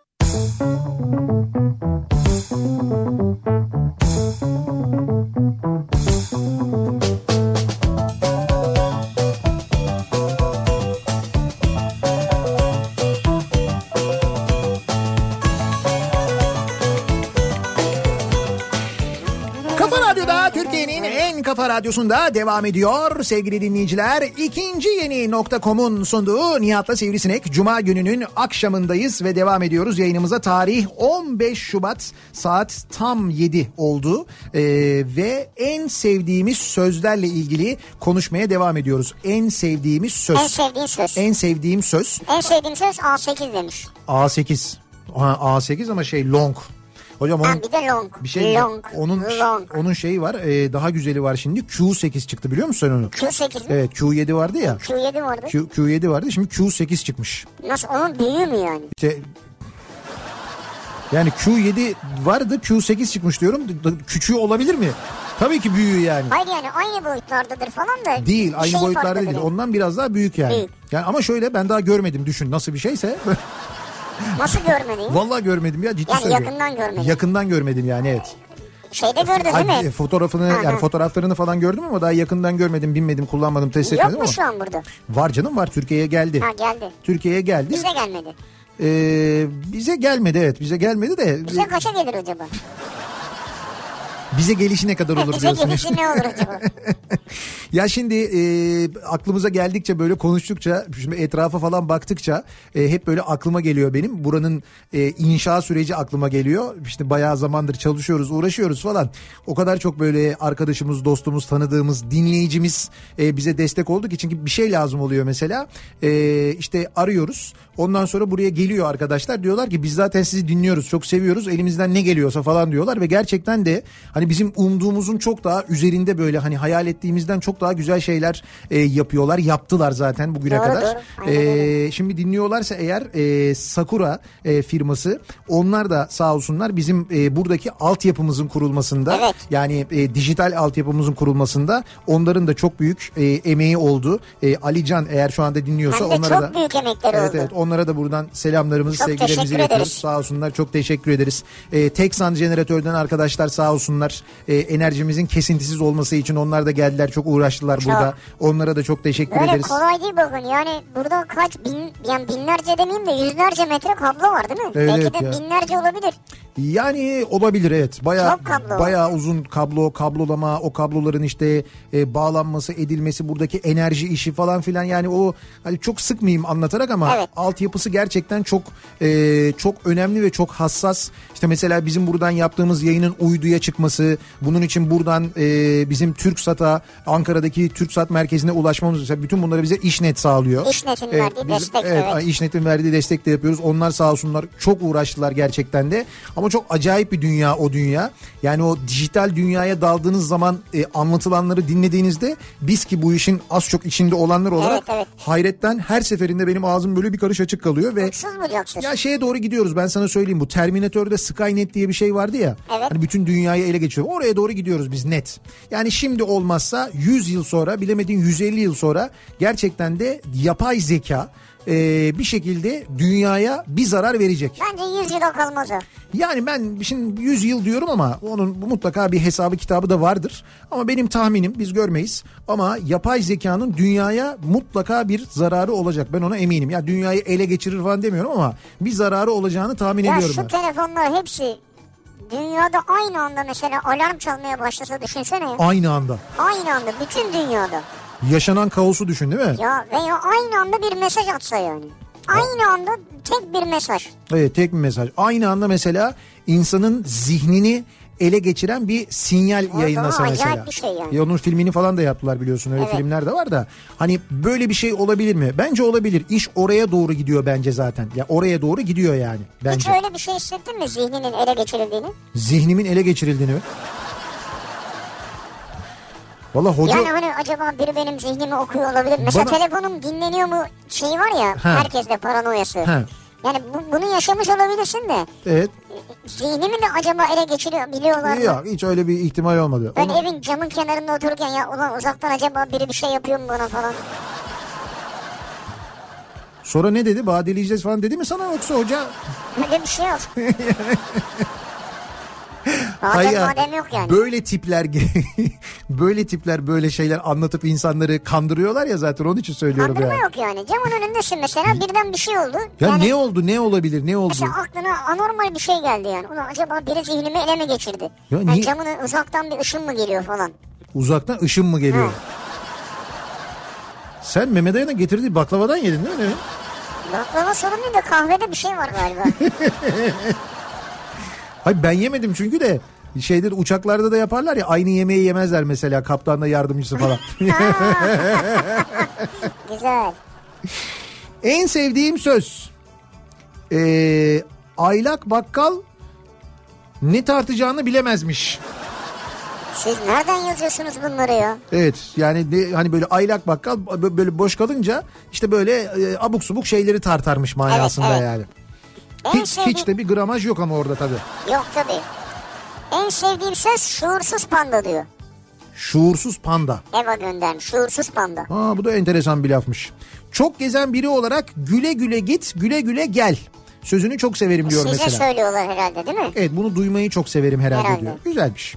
Kafa Radyosu'nda devam ediyor sevgili dinleyiciler. İkinci yeni .com'un sunduğu Nihat'la Sivrisinek. Cuma gününün akşamındayız ve devam ediyoruz yayınımıza. Tarih 15 Şubat, saat tam 7 oldu. Ve en sevdiğimiz sözlerle ilgili konuşmaya devam ediyoruz. En sevdiğimiz söz. En sevdiğim söz. En sevdiğim söz. En sevdiğim söz A8 demiş. A8. A8 ama long. Hocam onun, bir de long. Bir şey, long. Onun şeyi var, daha güzeli var şimdi. Q8 çıktı, biliyor musun sen onu? Q8 mi? Evet, Q7 vardı ya. Q7 vardı. Q7 vardı, şimdi Q8 çıkmış. Nasıl, onun büyüğü mü yani? İşte yani Q7 vardı, Q8 çıkmış diyorum. Küçüğü olabilir mi? Tabii ki büyüğü yani. Hayır yani aynı boyutlardadır falan da. Değil, aynı boyutlarda değil. Yani. Ondan biraz daha büyük yani. Büyük. Yani ama şöyle, ben daha görmedim, düşün nasıl bir şeyse. Nasıl görmedin? Vallahi görmedim ya, ciddi Yani söylüyorum. yakından görmedin. Yakından görmedim yani, evet. Şeyde gördün değil mi? Fotoğrafını yani fotoğraflarını falan gördüm ama daha yakından görmedim, binmedim, kullanmadım, test Yok etmedim mu ama. şu an burada? Var canım, var, Türkiye'ye geldi. Ha, geldi. Türkiye'ye geldi. Bize gelmedi. Bize gelmedi, evet, bize gelmedi de. Bize kaça gelir acaba? Bize gelişi ne kadar olur Bize diyorsun. gelişi ne olur acaba? Ya şimdi aklımıza geldikçe, böyle konuştukça, şimdi etrafa falan baktıkça hep böyle aklıma geliyor benim. Buranın inşa süreci aklıma geliyor. İşte bayağı zamandır çalışıyoruz, uğraşıyoruz falan. O kadar çok böyle arkadaşımız, dostumuz, tanıdığımız, dinleyicimiz bize destek oldu ki, çünkü bir şey lazım oluyor mesela. İşte arıyoruz. Ondan sonra buraya geliyor arkadaşlar, diyorlar ki biz zaten sizi dinliyoruz, çok seviyoruz, elimizden ne geliyorsa falan diyorlar ve gerçekten de hani bizim umduğumuzun çok daha üzerinde, böyle hani hayal ettiğimizden çok daha güzel şeyler yapıyorlar, yaptılar zaten bugüne kadar. Şimdi dinliyorlarsa eğer Sakura firması, onlar da sağ olsunlar bizim buradaki altyapımızın kurulmasında, evet, yani dijital altyapımızın kurulmasında onların da çok büyük emeği oldu. Alican eğer şu anda dinliyorsa hem de onlara çok da büyük emekleri oldu. Evet, onlara da buradan selamlarımızı, çok sevgilerimizi iletiyoruz. Sağ olsunlar, çok teşekkür ederiz. Teksan Jeneratör'den arkadaşlar sağ olsunlar. Enerjimizin kesintisiz olması için onlar da geldiler, çok uğraştılar çok. burada. Onlara da çok teşekkür Böyle ederiz. Böyle kolay değil bakın, yani burada kaç bin, yani binlerce demeyeyim de yüzlerce metre kablo var değil mi? Evet, belki de ya. binlerce olabilir. Yani olabilir, evet. Bayağı uzun kablolama, o kabloların işte bağlanması, edilmesi, buradaki enerji işi falan filan, yani o hani çok sıkmayayım anlatarak ama evet, altyapısı gerçekten çok çok önemli ve çok hassas. İşte mesela bizim buradan yaptığımız yayının uyduya çıkması, bunun için buradan bizim TürkSat'a, Ankara'daki TürkSat merkezine ulaşmamız, mesela bütün bunları bize İşnet sağlıyor. İşnet'in verdiği destek. Evet. İşnet'in verdiği destekle yapıyoruz. Onlar sağ olsunlar çok uğraştılar gerçekten de. Ama çok acayip bir dünya o dünya. Yani o dijital dünyaya daldığınız zaman anlatılanları dinlediğinizde, biz ki bu işin az çok içinde olanlar olarak hayretten her seferinde benim ağzım böyle bir karış açık kalıyor ve ya şeye doğru gidiyoruz, ben sana söyleyeyim, bu Terminator'da Skynet diye bir şey vardı ya. Evet. Hani bütün dünyayı ele geçiriyor. Oraya doğru gidiyoruz biz, net. Yani şimdi olmazsa 100 yıl sonra, bilemediğin 150 yıl sonra gerçekten de yapay zeka bir şekilde dünyaya bir zarar verecek. Bence 100 yıla kalmaz o. Yani ben şimdi 100 yıl diyorum ama onun mutlaka bir hesabı kitabı da vardır. Ama benim tahminim, biz görmeyiz ama yapay zekanın dünyaya mutlaka bir zararı olacak. Ben ona eminim. Ya dünyayı ele geçirir falan demiyorum ama bir zararı olacağını tahmin ediyorum. Ya şu telefonlar hepsi dünyada aynı anda mesela alarm çalmaya başlasa düşünsene ya. Aynı anda. Aynı anda bütün dünyada. Yaşanan kaosu düşün değil mi? Ya veya aynı anda bir mesaj atsa yani. Aynı anda tek bir mesaj. Evet, tek bir mesaj. Aynı anda mesela insanın zihnini ele geçiren bir sinyal yayınlasa mesela. Acayip bir şey yani. Onun filmini falan da yaptılar biliyorsun, öyle filmler de var da. Hani böyle bir şey olabilir mi? Bence olabilir. İş oraya doğru gidiyor bence zaten. Ya oraya doğru gidiyor yani bence. Hiç öyle bir şey hissettin mi, zihninin ele geçirildiğini? Zihnimin ele geçirildiğini mi? Valla hoca... Yani hani acaba biri benim zihnimi okuyor olabilir. Mesela telefonum dinleniyor mu şeyi var ya, herkeste paranoyası. Yani bunu yaşamış olabilirsin de. Evet. Zihnimi de acaba ele geçiriyor, biliyorlar mı? Yok, hiç öyle bir ihtimal olmadı. Ben evin camın kenarında otururken ya ulan uzaktan acaba biri bir şey yapıyor mu bana falan. Sonra ne dedi? Badeleyeceğiz falan dedi mi sana, yoksa hoca? Öyle bir şey yok. Hayır, madem yok yani. Böyle tipler böyle şeyler anlatıp insanları kandırıyorlar ya, zaten onun için söylüyorum. Kandırma ya. yok yani. Camın önündesin mesela, birden bir şey oldu. Ya yani, ne oldu, ne olabilir, ne oldu? Mesela aklına anormal bir şey geldi yani. Ulan acaba biri zihnimi ele mi geçirdi? Ya yani camın uzaktan bir ışın mı geliyor falan. Uzaktan ışın mı geliyor? Sen Mehmet Aya'nın getirdiği baklavadan yedin değil mi? Baklava sorun değil de kahvede bir şey var galiba. Hayır, ben yemedim çünkü de şeydir, uçaklarda da yaparlar ya, aynı yemeği yemezler mesela, kaptanla yardımcısı falan. Güzel. En sevdiğim söz. Aylak bakkal ne tartacağını bilemezmiş. Siz nereden yazıyorsunuz bunları ya? Evet, yani hani böyle aylak bakkal böyle boş kalınca işte böyle abuk subuk şeyleri tartarmış manasında, evet. Yani. Hiç de bir gramaj yok ama orada tabii. Yok tabii. En sevdiğim söz şuursuz panda diyor. Şuursuz panda. Eva göndermiş, şuursuz panda. Bu da enteresan bir lafmış. Çok gezen biri olarak güle güle git, güle güle gel sözünü çok severim diyor Size mesela. Size söylüyorlar herhalde değil mi? Evet, bunu duymayı çok severim herhalde diyor. Güzelmiş.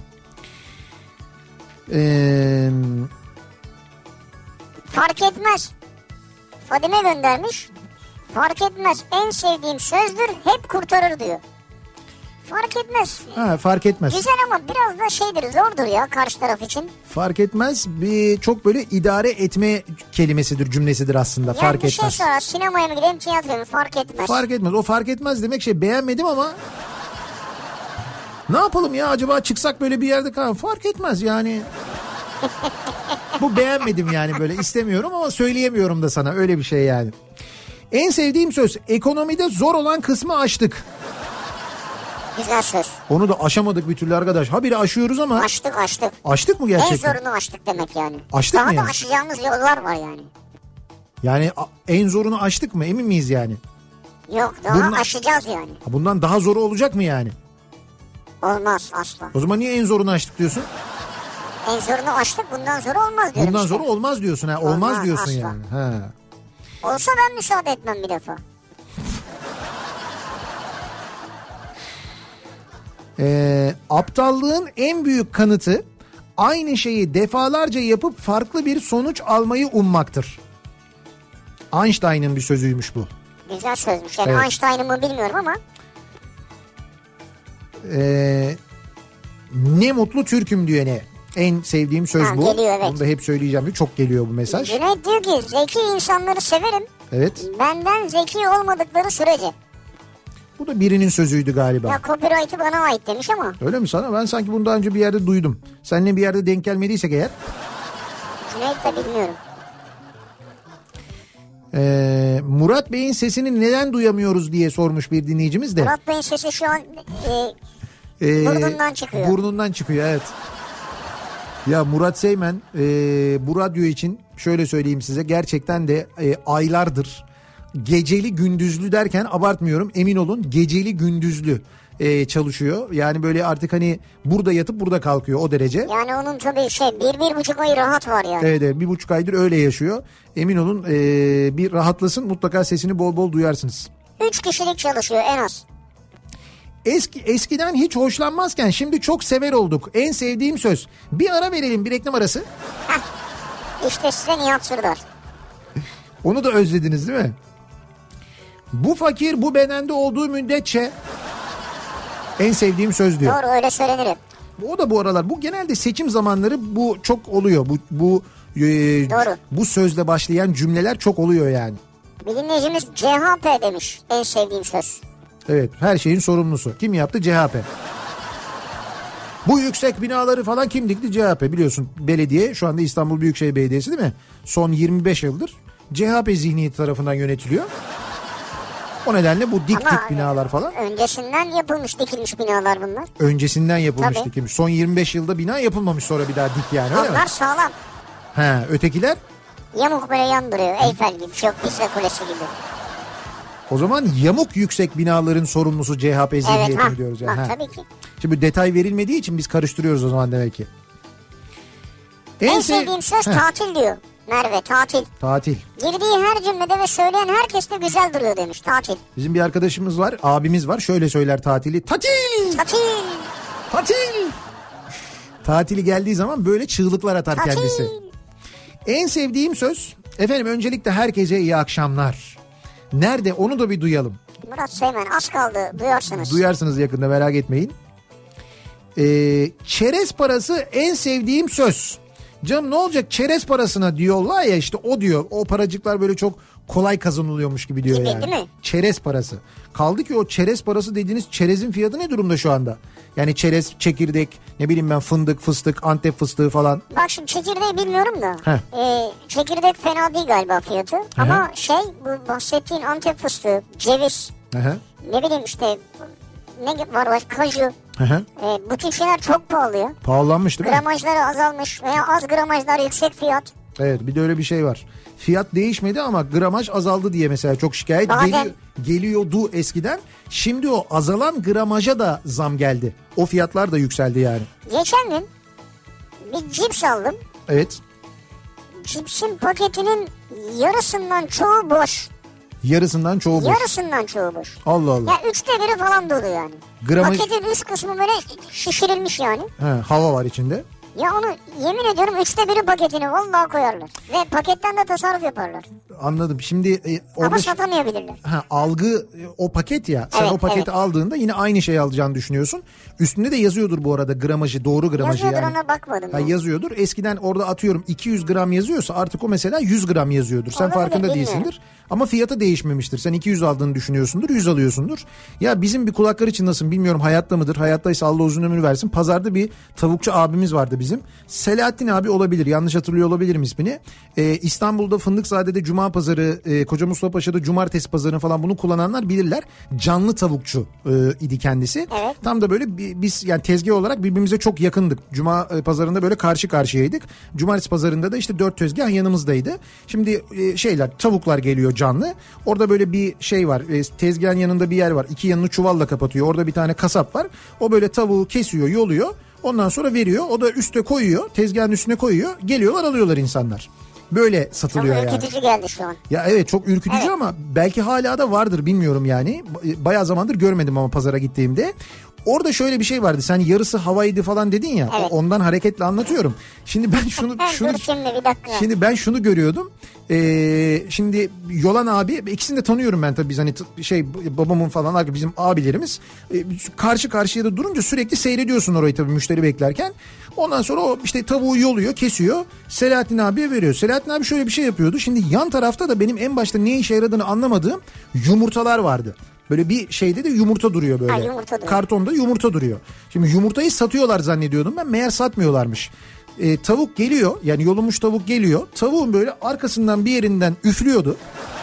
Fark etmez. Fadime göndermiş. Fark etmez. En sevdiğim sözdür. Hep kurtarır diyor. Fark etmez. Ha, fark etmez. Güzel ama biraz da şeydir, zordur ya karşı taraf için. Fark etmez çok böyle idare etme kelimesidir, cümlesidir aslında. Yani fark bir etmez. şey sorar, sinemaya mı gidelim, tiyatroya mı, fark etmez. Fark etmez. O fark etmez demek beğenmedim ama ne yapalım ya, acaba çıksak böyle bir yerde kalalım. Fark etmez yani. Bu beğenmedim yani, böyle istemiyorum ama söyleyemiyorum da sana, öyle bir şey yani. En sevdiğim söz, ekonomide zor olan kısmı aştık. Güzel söz. Onu da aşamadık bir türlü arkadaş. Habire aşıyoruz ama. Aştık. Aştık mı gerçekten? En zorunu aştık demek yani. Aştık Daha mı da yani? aşacağımız yollar var yani. Yani en zorunu aştık mı, emin miyiz yani? Yok, daha aşacağız yani. Bundan daha zoru olacak mı yani? Olmaz asla. O zaman niye en zorunu aştık diyorsun? En zorunu aştık, bundan sonra olmaz diyorum. Bundan işte. sonra olmaz diyorsun ha. Olmaz diyorsun asla. yani. Ha. Olsa ben müsaade etmem bir defa. Aptallığın en büyük kanıtı aynı şeyi defalarca yapıp farklı bir sonuç almayı ummaktır. Einstein'ın bir sözüymüş bu. Güzel sözmüş. Yani evet. Einstein'ı mı bilmiyorum ama. Ne mutlu Türk'üm diyene. En sevdiğim söz bu. Geliyor, evet. Bunu da hep söyleyeceğim. Çok geliyor bu mesaj. Cüneyt diyor ki zeki insanları severim. Evet. Benden zeki olmadıkları sürece. Bu da birinin sözüydü galiba. Ya copyright'ı bana ait demiş ama. Öyle mi sana? Ben sanki bunu daha önce bir yerde duydum. Seninle bir yerde denk gelmediysek eğer. Cüneyt de bilmiyorum. Murat Bey'in sesini neden duyamıyoruz diye sormuş bir dinleyicimiz de. Murat Bey'in sesi şu an burnundan çıkıyor. Burnundan çıkıyor, evet. Ya Murat Seymen bu radyo için şöyle söyleyeyim size, gerçekten de aylardır geceli gündüzlü derken abartmıyorum, emin olun geceli gündüzlü çalışıyor. Yani böyle artık hani burada yatıp burada kalkıyor, o derece. Yani onun tabii 1-1,5 ay rahat var yani. Evet, 1,5 aydır öyle yaşıyor. Emin olun bir rahatlasın, mutlaka sesini bol bol duyarsınız. 3 kişilik çalışıyor en az. Eskiden hiç hoşlanmazken şimdi çok sever olduk. En sevdiğim söz. Bir ara verelim, bir reklam arası. İşte size Nihat Sırdar. Onu da özlediniz değil mi? Bu fakir bu bedende olduğu müddetçe en sevdiğim söz diyor. Doğru, öyle söylenir. O da bu aralar, bu genelde seçim zamanları bu çok oluyor. Doğru. Bu sözle başlayan cümleler çok oluyor yani. Bir dinleyicimiz CHP demiş en sevdiğim söz. Evet, her şeyin sorumlusu. Kim yaptı? CHP. Bu yüksek binaları falan kim dikti? CHP. Biliyorsun belediye şu anda İstanbul Büyükşehir Belediyesi değil mi? Son 25 yıldır CHP zihniyeti tarafından yönetiliyor. O nedenle bu dik binalar falan. Öncesinden yapılmış, dikilmiş binalar bunlar. Öncesinden yapılmış, tabii. dikilmiş. Son 25 yılda bina yapılmamış, sonra bir daha dik yani, öyle mi? Onlar sağlam. Ha, ötekiler? Yamuk böyle yan duruyor. Eyfel gibi, çok Pisa Kulesi gibi. O zaman yamuk yüksek binaların sorumlusu CHP zihniyeti mi diyoruz yani? Tabii ki. Şimdi detay verilmediği için biz karıştırıyoruz o zaman demek ki. En sevdiğim söz tatil diyor. Merve, tatil. Tatil. Girdiği her cümlede ve söyleyen herkes de güzel duruyor demiş, tatil. Bizim bir arkadaşımız var, abimiz var, şöyle söyler tatili. Tatil! Tatil! Tatil! Tatili geldiği zaman böyle çığlıklar atar tatil. Kendisi. En sevdiğim söz, efendim öncelikle herkese iyi akşamlar. Nerede, onu da bir duyalım. Murat Seymen, az kaldı, duyarsınız. Duyarsınız yakında, merak etmeyin. Çerez parası en sevdiğim söz. Canım ne olacak çerez parasına diyorlar ya, işte o diyor. O paracıklar böyle çok kolay kazanılıyormuş gibi diyor yani. Değil mi? Çerez parası. Kaldı ki o çerez parası dediğiniz çerezin fiyatı ne durumda şu anda? Yani çerez, çekirdek, ne bileyim ben, fındık, fıstık, Antep fıstığı falan. Bak şimdi çekirdeği bilmiyorum da. Çekirdek fena değil galiba fiyatı. Ama bu bahsettiğin Antep fıstığı, ceviz, ne bileyim işte ne var, kaju. Bu tip şeyler çok pahalı ya. Pahalanmış değil mi? Gramajları azalmış veya az gramajlar yüksek fiyat. Evet, bir de öyle bir şey var. Fiyat değişmedi ama gramaj azaldı diye mesela çok şikayet geliyordu eskiden. Şimdi o azalan gramaja da zam geldi. O fiyatlar da yükseldi yani. Geçen gün bir cips aldım. Evet. Cipsin paketinin yarısından çoğu boş. Yarısından çoğu boş. Yarısından çoğu boş. Allah Allah. Ya 1/3 falan dolu yani. Paketin üst kısmı böyle şişirilmiş yani. Hava var içinde. Ya onu yemin ediyorum 1/3 paketini vallahi koyarlar. Ve paketten de tasarruf yaparlar. Anladım. Şimdi orada... Ama satamayabilirler. Algı o paket ya. Sen o paketi aldığında yine aynı şeyi alacağını düşünüyorsun. Üstünde de yazıyordur bu arada gramajı, doğru gramajı yazıyordur, yani. Ona bakmadım. Yazıyordur. Eskiden orada atıyorum 200 gram yazıyorsa artık o mesela 100 gram yazıyordur. Sen farkında değilsindir. Ama fiyatı değişmemiştir. Sen 200 aldığını düşünüyorsundur, 100 alıyorsundur. Ya bizim bir kulakları çınlasın, bilmiyorum hayatta mıdır? Hayattaysa Allah uzun ömür versin. Pazarda bir tavukçu abimiz vardı bizim. Selahattin abi olabilir. Yanlış hatırlıyor olabilirim ismini. İstanbul'da Fındıkzade'de Cuma pazarı, Koca Mustafa Paşa'da Cumartesi pazarını falan bunu kullananlar bilirler. Canlı tavukçu idi kendisi. Evet. Tam da böyle biz yani tezgah olarak birbirimize çok yakındık. Cuma pazarında böyle karşı karşıyaydık. Cumartesi pazarında da işte 4 tezgah yanımızdaydı. Şimdi tavuklar geliyor canlı. Orada böyle bir şey var. Tezgahın yanında bir yer var. 2 yanını çuvalla kapatıyor. Orada bir tane kasap var. O böyle tavuğu kesiyor, yoluyor. Ondan sonra veriyor. O da üste koyuyor. Tezgahın üstüne koyuyor. Geliyorlar, alıyorlar insanlar. Böyle satılıyor yani. Çok ürkütücü geldi şu an. Ya evet, çok ürkütücü ama belki hala da vardır, bilmiyorum yani. Bayağı zamandır görmedim ama pazara gittiğimde. Orada şöyle bir şey vardı. Sen yarısı havaydı falan dedin ya. Evet. Ondan hareketle anlatıyorum. Şimdi ben şimdi ben şunu görüyordum. Şimdi Yolan abi, ikisini de tanıyorum ben tabii, biz hani babamın falan bizim abilerimiz. Karşı karşıya da durunca sürekli seyrediyorsun orayı tabii müşteri beklerken. Ondan sonra o işte tavuğu yoluyor, kesiyor. Selahattin abiye veriyor. Selahattin abi şöyle bir şey yapıyordu. Şimdi yan tarafta da benim en başta ne işe yaradığını anlamadığım yumurtalar vardı. Böyle bir şeyde de yumurta duruyor böyle. Yumurta duruyor. Kartonda yumurta duruyor. Şimdi yumurtayı satıyorlar zannediyordum ben. Meğer satmıyorlarmış. Tavuk geliyor, yani yolunmuş tavuk geliyor. Tavuğun böyle arkasından bir yerinden üflüyordu.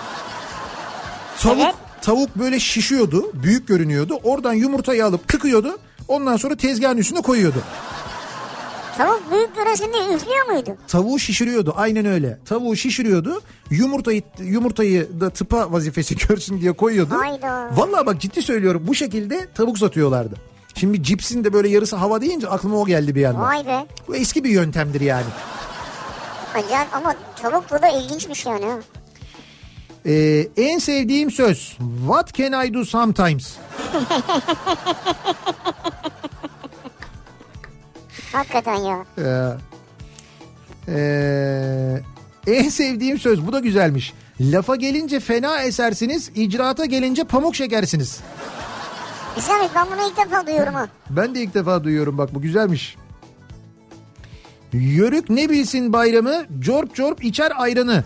Tavuk böyle şişiyordu. Büyük görünüyordu. Oradan yumurtayı alıp tıkıyordu. Ondan sonra tezgahın üstüne koyuyordu. Tavuk büyük göresinde üflüyor muydu? Tavuğu şişiriyordu, aynen öyle. Tavuğu şişiriyordu. Yumurtayı da tıpa vazifesi görsün diye koyuyordu. Hayda. Vallahi bak, ciddi söylüyorum, bu şekilde tavuk satıyorlardı. Şimdi cipsin de böyle yarısı hava deyince aklıma o geldi bir anda. Vay be. Bu eski bir yöntemdir yani. Acayip ama tavuk burada ilginçmiş yani. En sevdiğim söz. What can I do sometimes? Hakikaten ya. En sevdiğim söz, bu da güzelmiş. Lafa gelince fena esersiniz, icraata gelince pamuk şekersiniz. Güzelmiş, ben bunu ilk defa duyuyorum ha. Ben de ilk defa duyuyorum, bak bu güzelmiş. Yörük ne bilsin bayramı, corp corp içer ayranı.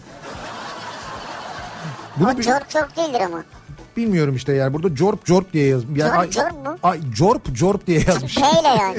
O corp corp değildir ama. Bilmiyorum işte yani, burada corp corp diye yazmış. Yani corp corp mu? Corp corp diye yazmış. Neyle yani?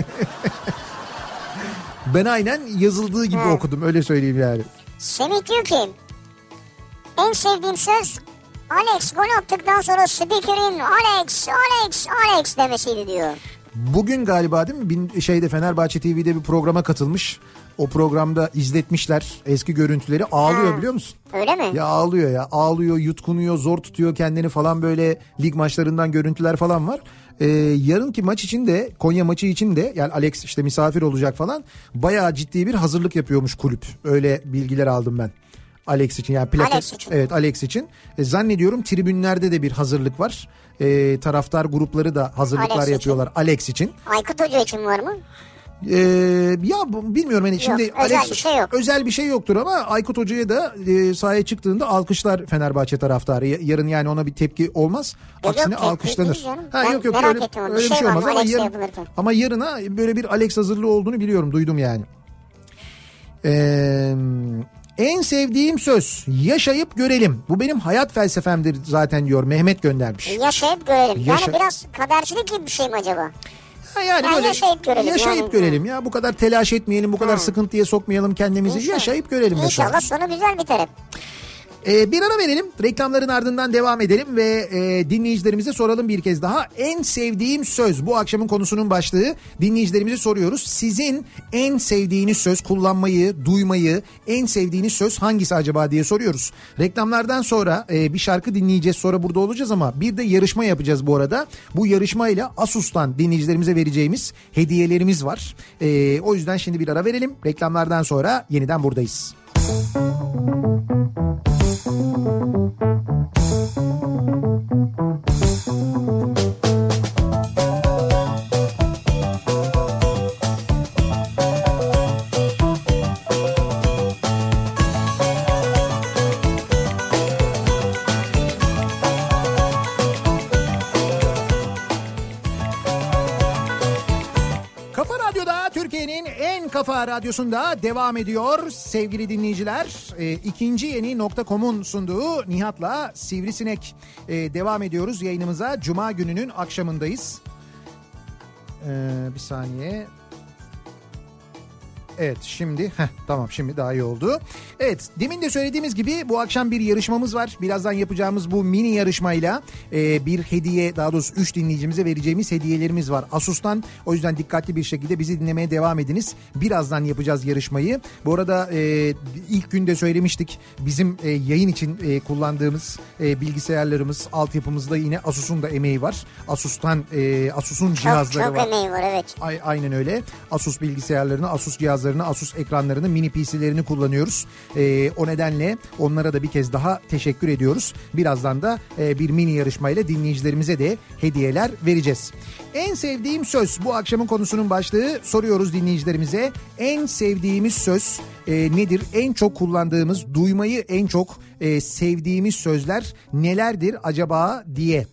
Ben aynen yazıldığı gibi okudum, öyle söyleyeyim yani. Semih diyor ki en sevdiğim söz Alex gol attıktan sonra spikerin Alex demesiydi diyor. Bugün galiba değil mi? Fenerbahçe TV'de bir programa katılmış. O programda izletmişler eski görüntüleri. Ağlıyor biliyor musun? Öyle mi? Ya ağlıyor ya. Ağlıyor, yutkunuyor, zor tutuyor kendini falan, böyle lig maçlarından görüntüler falan var. Yarınki maç için de, Konya maçı için de, yani Alex işte misafir olacak falan, bayağı ciddi bir hazırlık yapıyormuş kulüp. Öyle bilgiler aldım ben. Alex için yani Alex için. Evet, Alex için. Zannediyorum tribünlerde de bir hazırlık var. Taraftar grupları da hazırlıklar Alex yapıyorlar için. Alex için. Aykut Hoca için var mı? Ya bilmiyorum hani şimdi yok, özel bir şey yok. Özel bir şey yoktur ama Aykut Hoca'ya da sahaya çıktığında alkışlar Fenerbahçe taraftarı. Yarın yani ona bir tepki olmaz. Aksine alkışlanır. Yok öyle bir şey olmaz ama yarına böyle bir Alex hazırlığı olduğunu biliyorum, duydum yani. En sevdiğim söz yaşayıp görelim. Bu benim hayat felsefemdir zaten diyor, Mehmet göndermiş. Yaşayıp görelim. Yani biraz kadercilik gibi bir şey mi acaba? Yani böyle yaşayıp görelim ya, bu kadar telaş etmeyelim, bu kadar sıkıntıya sokmayalım kendimizi. İnşallah. Yaşayıp görelim mesela. İnşallah sonu güzel biter hep. Bir ara verelim, reklamların ardından devam edelim ve dinleyicilerimize soralım bir kez daha. En sevdiğim söz, bu akşamın konusunun başlığı. Dinleyicilerimize soruyoruz, sizin en sevdiğiniz söz, kullanmayı, duymayı en sevdiğiniz söz hangisi acaba diye soruyoruz. Reklamlardan sonra bir şarkı dinleyeceğiz, sonra burada olacağız ama bir de yarışma yapacağız bu arada. Bu yarışmayla Asus'tan dinleyicilerimize vereceğimiz hediyelerimiz var. O yüzden şimdi bir ara verelim, reklamlardan sonra yeniden buradayız. Kafa Radyosu'nda devam ediyor sevgili dinleyiciler. İkinci yeni.com'un sunduğu Nihat'la Sivrisinek devam ediyoruz yayınımıza. Cuma gününün akşamındayız. Bir saniye. Evet şimdi tamam, şimdi daha iyi oldu. Evet, demin de söylediğimiz gibi bu akşam bir yarışmamız var. Birazdan yapacağımız bu mini yarışmayla bir hediye, daha doğrusu 3 dinleyicimize vereceğimiz hediyelerimiz var Asus'tan. O yüzden dikkatli bir şekilde bizi dinlemeye devam ediniz. Birazdan yapacağız yarışmayı. Bu arada ilk günde söylemiştik, bizim yayın için kullandığımız bilgisayarlarımız, altyapımızda yine Asus'un da emeği var. Asus'un cihazları çok var. Çok emeği var, evet. Aynen öyle. Asus bilgisayarlarını, Asus cihazlarını, Asus ekranlarını, mini PC'lerini kullanıyoruz. O nedenle onlara da bir kez daha teşekkür ediyoruz. Birazdan da bir mini yarışmayla dinleyicilerimize de hediyeler vereceğiz. En sevdiğim söz, bu akşamın konusunun başlığı. Soruyoruz dinleyicilerimize, en sevdiğimiz söz nedir? En çok kullandığımız, duymayı en çok sevdiğimiz sözler nelerdir acaba diye.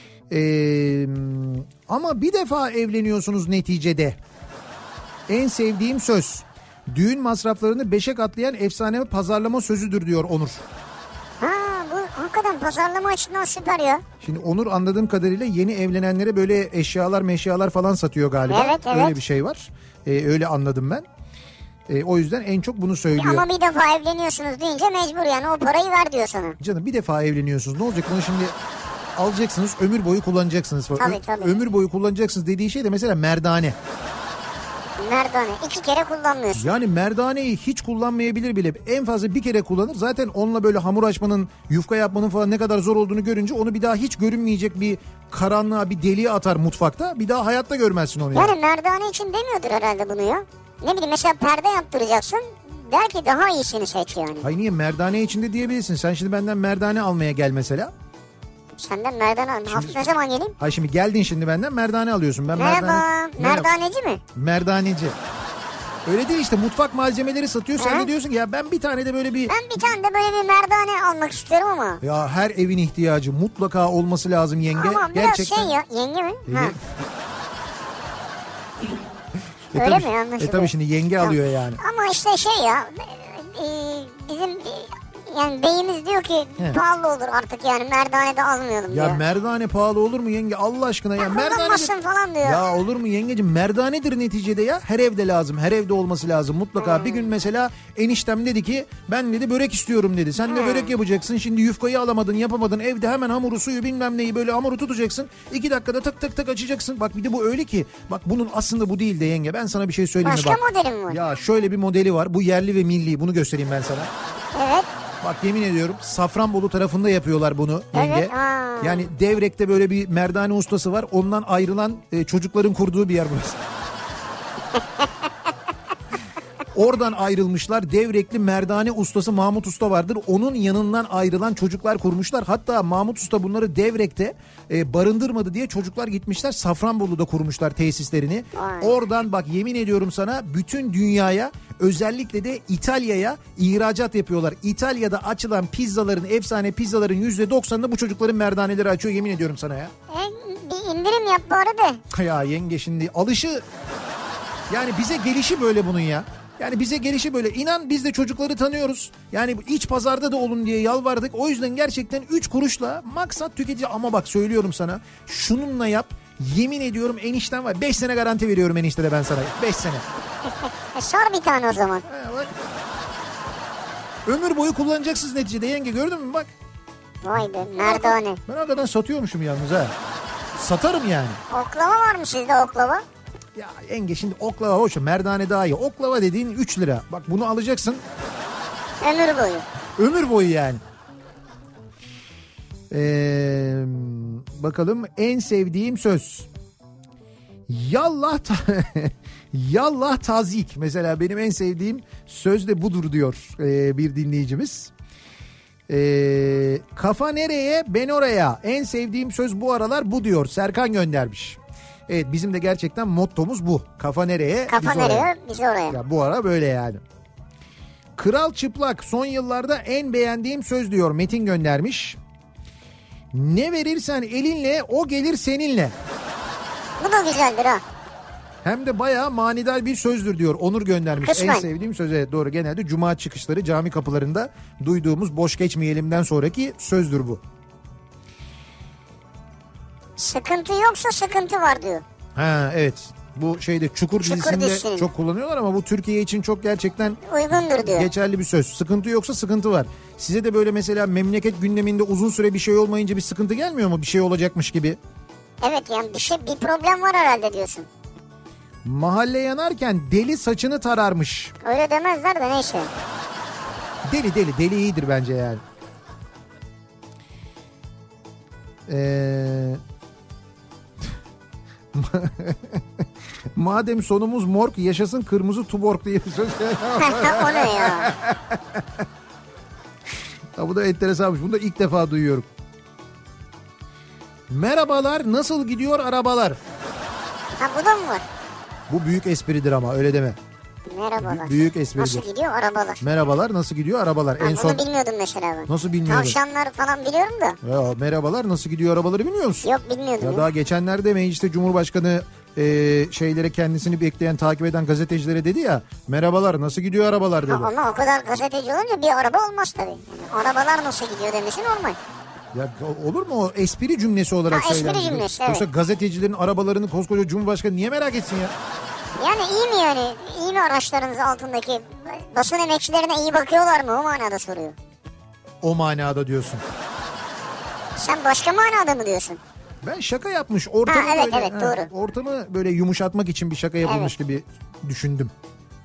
Ama bir defa evleniyorsunuz neticede. En sevdiğim söz, düğün masraflarını 5'e katlayan efsane pazarlama sözüdür diyor Onur. Ha, bu hakikaten pazarlama açısından süper ya. Şimdi Onur anladığım kadarıyla yeni evlenenlere böyle eşyalar falan satıyor galiba. Evet. Öyle bir şey var. Öyle anladım ben. O yüzden en çok bunu söylüyor. Ama bir defa evleniyorsunuz deyince mecbur, yani o parayı ver diyor sana. Canım, bir defa evleniyorsunuz, ne olacak bunu şimdi alacaksınız, ömür boyu kullanacaksınız. Tabii. Ömür boyu kullanacaksınız dediği şey de mesela merdane. Merdane 2 kere kullanmıyorsun. Yani merdaneyi hiç kullanmayabilir bile. En fazla bir kere kullanır. Zaten onunla böyle hamur açmanın, yufka yapmanın falan ne kadar zor olduğunu görünce onu bir daha hiç görünmeyecek bir karanlığa, bir deliğe atar mutfakta. Bir daha hayatta görmezsin onu. Yani merdane için demiyordur herhalde bunu ya. Ne bileyim, mesela perde yaptıracaksın. Der ki daha iyisini seç yani. Hayır, niye merdane içinde diyebilirsin. Sen şimdi benden merdane almaya gel mesela. Senden merdane al. Ne zaman geleyim? Hayır, şimdi geldin, şimdi benden merdane alıyorsun. Ben Merhaba. Merdaneci mi? Merdaneci. Öyle değil işte, mutfak malzemeleri satıyor. Sen de diyorsun ki ya ben bir tane de böyle bir merdane almak istiyorum ama. Ya her evin ihtiyacı mutlaka olması lazım yenge. Ama biraz gerçekten. şey ya, yenge mi? Ha. Öyle tabii, mi, anlaşılıyor? Tabii şimdi yenge alıyor yani. Ama işte şey ya, bizim yani beyimiz diyor ki pahalı olur artık, yani merdane de almayalım diyor. Ya merdane pahalı olur mu yenge Allah aşkına ya? Kullanmasın falan diyor. Ya olur mu yengeciğim, merdanedir neticede ya. Her evde lazım, her evde olması lazım mutlaka. Bir gün mesela eniştem dedi ki ben dedi börek istiyorum dedi. Sen de börek yapacaksın, şimdi yufkayı alamadın, yapamadın. Evde hemen hamuru, suyu, bilmem neyi, böyle hamuru tutacaksın. 2 dakikada tık açacaksın. Bak bir de bu öyle ki, bak bunun aslında bu değil de yenge, ben sana bir şey söyleyeyim mi? Başka modeli mi var? Ya şöyle bir modeli var, bu yerli ve milli, bunu göstereyim ben sana. Evet. Bak yemin ediyorum Safranbolu tarafında yapıyorlar bunu yenge. Evet. Yani Devrek'te böyle bir merdane ustası var. Ondan ayrılan çocukların kurduğu bir yer burası. Oradan ayrılmışlar. Devrekli merdane ustası Mahmut Usta vardır. Onun yanından ayrılan çocuklar kurmuşlar. Hatta Mahmut Usta bunları Devrek'te barındırmadı diye çocuklar gitmişler. Safranbolu'da kurmuşlar tesislerini. Oradan bak yemin ediyorum sana bütün dünyaya, özellikle de İtalya'ya ihracat yapıyorlar. İtalya'da açılan pizzaların, efsane pizzaların %90'ını bu çocukların merdaneleri açıyor, yemin ediyorum sana ya. Bir indirim yap bu arada. Ya yenge şimdi alışı, yani bize gelişi böyle bunun ya. Yani bize gelişi böyle. İnan biz de çocukları tanıyoruz. Yani iç pazarda da olun diye yalvardık. O yüzden gerçekten 3 kuruşla maksat tüketici. Ama bak söylüyorum sana, şununla yap. Yemin ediyorum enişten var. 5 sene garanti veriyorum enişte de ben sana. 5 sene. Sor bir tane o zaman. Ömür boyu kullanacaksınız neticede yenge, gördün mü bak. Vay be, merdane. Ben hakikaten satıyormuşum yalnız ha. Satarım yani. Oklava var mı sizde, oklava? Ya yenge şimdi oklava hoş, merdane daha iyi. Oklava dediğin 3 lira. Bak bunu alacaksın. Ömür boyu. Ömür boyu yani. Bakalım en sevdiğim söz. Yallah tazik. Mesela benim en sevdiğim söz de budur diyor bir dinleyicimiz. Kafa nereye ben oraya. En sevdiğim söz bu aralar bu diyor. Serkan göndermiş. Evet, bizim de gerçekten mottomuz bu. Kafa nereye? Kafa nereye? Biz oraya. Ya bu ara böyle yani. Kral çıplak son yıllarda en beğendiğim söz diyor. Metin göndermiş. Ne verirsen elinle o gelir seninle. Bu da güzeldir ha. Hem de bayağı manidar bir sözdür diyor. Onur göndermiş. Kısmen. En sevdiğim söz, evet doğru. Genelde cuma çıkışları cami kapılarında duyduğumuz boş geçmeyelimden sonraki sözdür bu. Sıkıntı yoksa sıkıntı var diyor. Ha evet. Bu şeyde Çukur dizisinde çok kullanıyorlar ama bu Türkiye için çok gerçekten uygundur diyor. Geçerli bir söz. Sıkıntı yoksa sıkıntı var. Size de böyle mesela memleket gündeminde uzun süre bir şey olmayınca bir sıkıntı gelmiyor mu? Bir şey olacakmış gibi. Evet yani bir problem var herhalde diyorsun. Mahalle yanarken deli saçını tararmış. Öyle demezler de neyse. Deli iyidir bence yani. Madem sonumuz morg, yaşasın kırmızı tuborg diye bir söz. O ne ya? Ha, bu da enteresanmış. Bunu da ilk defa duyuyorum. Merhabalar, nasıl gidiyor arabalar? Ha bu da mı var? Bu büyük espridir ama öyle deme. Merhabalar. Büyük espridir. Nasıl gidiyor arabalar? Merhabalar, nasıl gidiyor arabalar? Ha, bunu bilmiyordum mesela ben. Nasıl bilmiyordun? Tavşanlar falan biliyorum da. Ya, merhabalar, nasıl gidiyor arabaları bilmiyor musun? Yok bilmiyordum. Ya daha geçenlerde mecliste Cumhurbaşkanı şeylere kendisini bekleyen, takip eden gazetecilere dedi ya, merhabalar nasıl gidiyor arabalar dedi. Ama o kadar gazeteci olunca bir araba olmaz tabii. Yani arabalar nasıl gidiyor demesi normal. Ya olur mu o espri cümlesi olarak söylenir? Espri cümlesi, evet. Yoksa gazetecilerin arabalarını koskoca Cumhurbaşkanı niye merak etsin ya? Yani iyi mi yani? İyi mi araçlarınız altındaki? Basın emekçilerine iyi bakıyorlar mı? O manada soruyor. O manada diyorsun. Sen başka manada mı diyorsun? Ben şaka yapmış ortamı evet, doğru. Ortamı böyle yumuşatmak için bir şaka yapılmış gibi düşündüm.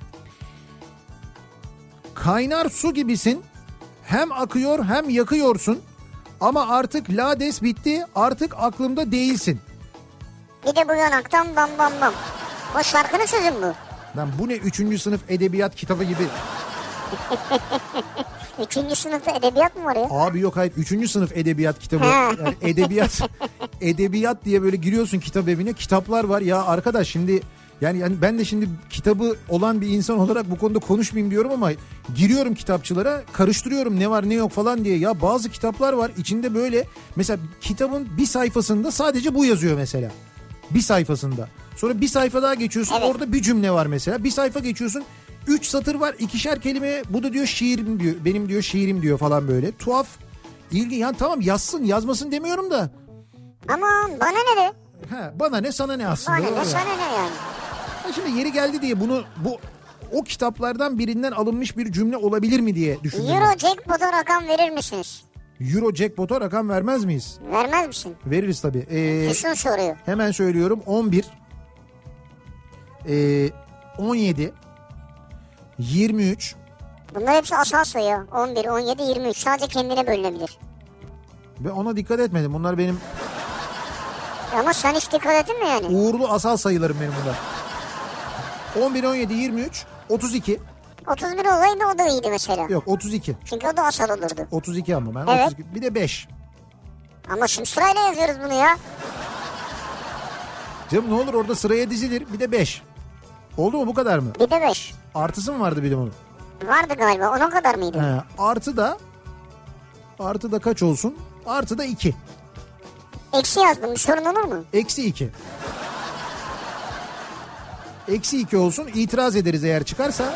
Kaynar su gibisin. Hem akıyor hem yakıyorsun. Ama artık lades bitti. Artık aklımda değilsin. Bir de bu yanaktan bam bam bam. O şarkının sözü mü bu? Lan bu ne 3. sınıf edebiyat kitabı gibi. 3. sınıfta edebiyat mı var ya? Abi yok hayır 3. sınıf edebiyat kitabı. Yani edebiyat diye böyle giriyorsun kitap evine, kitaplar var. Ya arkadaş şimdi yani ben de şimdi kitabı olan bir insan olarak bu konuda konuşmayayım diyorum ama giriyorum kitapçılara, karıştırıyorum ne var ne yok falan diye. Ya bazı kitaplar var içinde böyle mesela kitabın bir sayfasında sadece bu yazıyor mesela. Bir sayfasında. Sonra bir sayfa daha geçiyorsun, orada bir cümle var mesela. Bir sayfa geçiyorsun, 3 satır var, 2'şer kelime. Bu da diyor şiirim diyor. Benim diyor şiirim diyor falan böyle. Tuhaf. İlgi yani tamam yazsın yazmasın demiyorum da. Aman bana ne de? Bana ne sana ne aslında. Bana ne sana ne yani? Şimdi yeri geldi diye o kitaplardan birinden alınmış bir cümle olabilir mi diye düşündüm. Euro Jackpot'a rakam verir misiniz? Euro Jackpot'a rakam vermez miyiz? Vermez misin? Veririz tabii. Kesin soruyor. Hemen söylüyorum 11 17 23. Bunlar hepsi asal sayı. 11, 17, 23. Sadece kendine bölünebilir. Ve ona dikkat etmedim. Bunlar benim... Ama sen hiç dikkat ettin mi yani? Uğurlu asal sayılarım benim bunlar. 11, 17, 23, 32. 31 olaydı o da iyiydi mesela. Yok 32. Çünkü o da asal olurdu. 32 ama ben evet. 32. Bir de 5. Ama şimdi sırayla yazıyoruz bunu ya. Canım ne olur orada sıraya dizilir. Bir de 5. Oldu mu bu kadar mı? Bir de 5. Artısı mı vardı bir de bunun? Vardı galiba. Ona kadar mıydı? Artı da kaç olsun? Artı da 2. Eksi yazdım. Bir sorun olur mu? Eksi 2. Eksi 2 olsun. İtiraz ederiz eğer çıkarsa.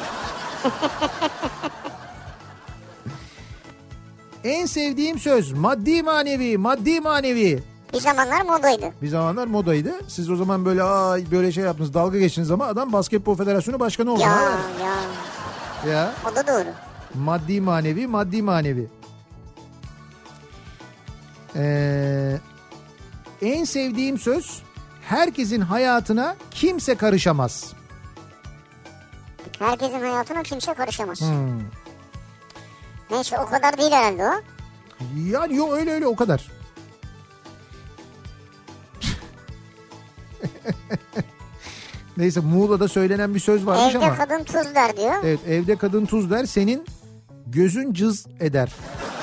En sevdiğim söz maddi manevi, maddi manevi. Bir zamanlar modaydı. Bir zamanlar modaydı. Siz o zaman böyle şey yaptınız, dalga geçtiniz ama adam Basketbol Federasyonu Başkanı oldu. Ya. O da doğru. Maddi manevi, maddi manevi. En sevdiğim söz herkesin hayatına kimse karışamaz. Herkesin hayatına kimse karışamaz. Neyse o kadar değil herhalde o. Yani yok öyle o kadar. Neyse Muğla'da söylenen bir söz varmış evde ama. Evde kadın tuz der diyor. Evet evde kadın tuz der, senin gözün cız eder.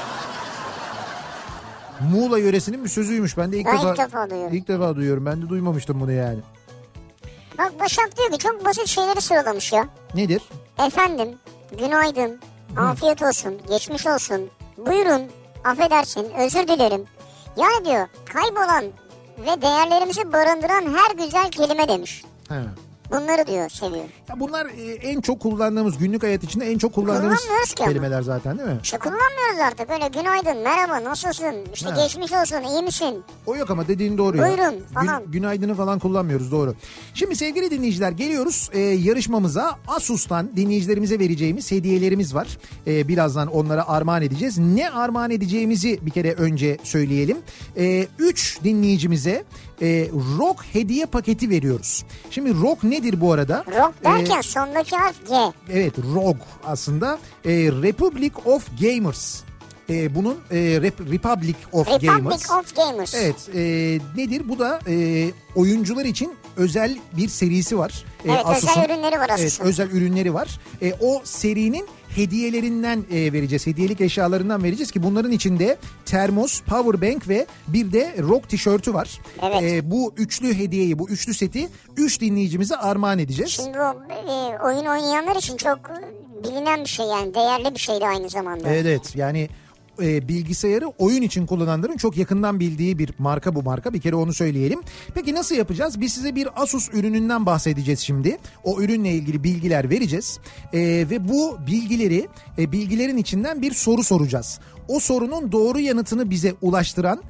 Muğla yöresinin bir sözüymüş. Ben de ilk defa duyuyorum. İlk defa duyuyorum. Ben de duymamıştım bunu yani. Bak Başak diyor ki çok basit şeyleri sıralamış ya. Nedir? Efendim, günaydın, afiyet olsun, geçmiş olsun, buyurun, affedersin, özür dilerim. Yani diyor kaybolan ve değerlerimizi barındıran her güzel kelime demiş. He. Bunları diyor seviyor. Ya bunlar en çok kullandığımız, günlük hayat içinde en çok kullandığımız kelimeler zaten değil mi? İşte kullanmıyoruz artık. Böyle günaydın, merhaba, nasılsın, işte geçmiş olsun, iyi misin? O yok ama dediğin doğru ya. Buyurun falan. Günaydın'ı falan kullanmıyoruz, doğru. Şimdi sevgili dinleyiciler, geliyoruz yarışmamıza. Asus'tan dinleyicilerimize vereceğimiz hediyelerimiz var. Birazdan onlara armağan edeceğiz. Ne armağan edeceğimizi bir kere önce söyleyelim. 3 dinleyicimize ROG hediye paketi veriyoruz. Şimdi ROG nedir bu arada? ROG derken sondaki harf G. Evet, ROG aslında Republic of Gamers. Bunun Republic of Gamers. Evet, nedir? Bu da oyuncular için özel bir serisi var. Evet, özel ürünleri var Asus'un. Evet, özel ürünleri var. O serinin hediyelerinden vereceğiz. Hediyelik eşyalarından vereceğiz ki bunların içinde termos, powerbank ve bir de ROG tişörtü var. Evet. Bu üçlü hediyeyi, bu üçlü seti 3 dinleyicimize armağan edeceğiz. Şimdi bu oyun oynayanlar için çok bilinen bir şey, yani değerli bir şey de aynı zamanda. Evet, yani bilgisayarı oyun için kullananların çok yakından bildiği bir marka bu marka. Bir kere onu söyleyelim. Peki nasıl yapacağız? Biz size bir Asus ürününden bahsedeceğiz şimdi. O ürünle ilgili bilgiler vereceğiz. Ve bu bilgilerin içinden bir soru soracağız. O sorunun doğru yanıtını bize ulaştıran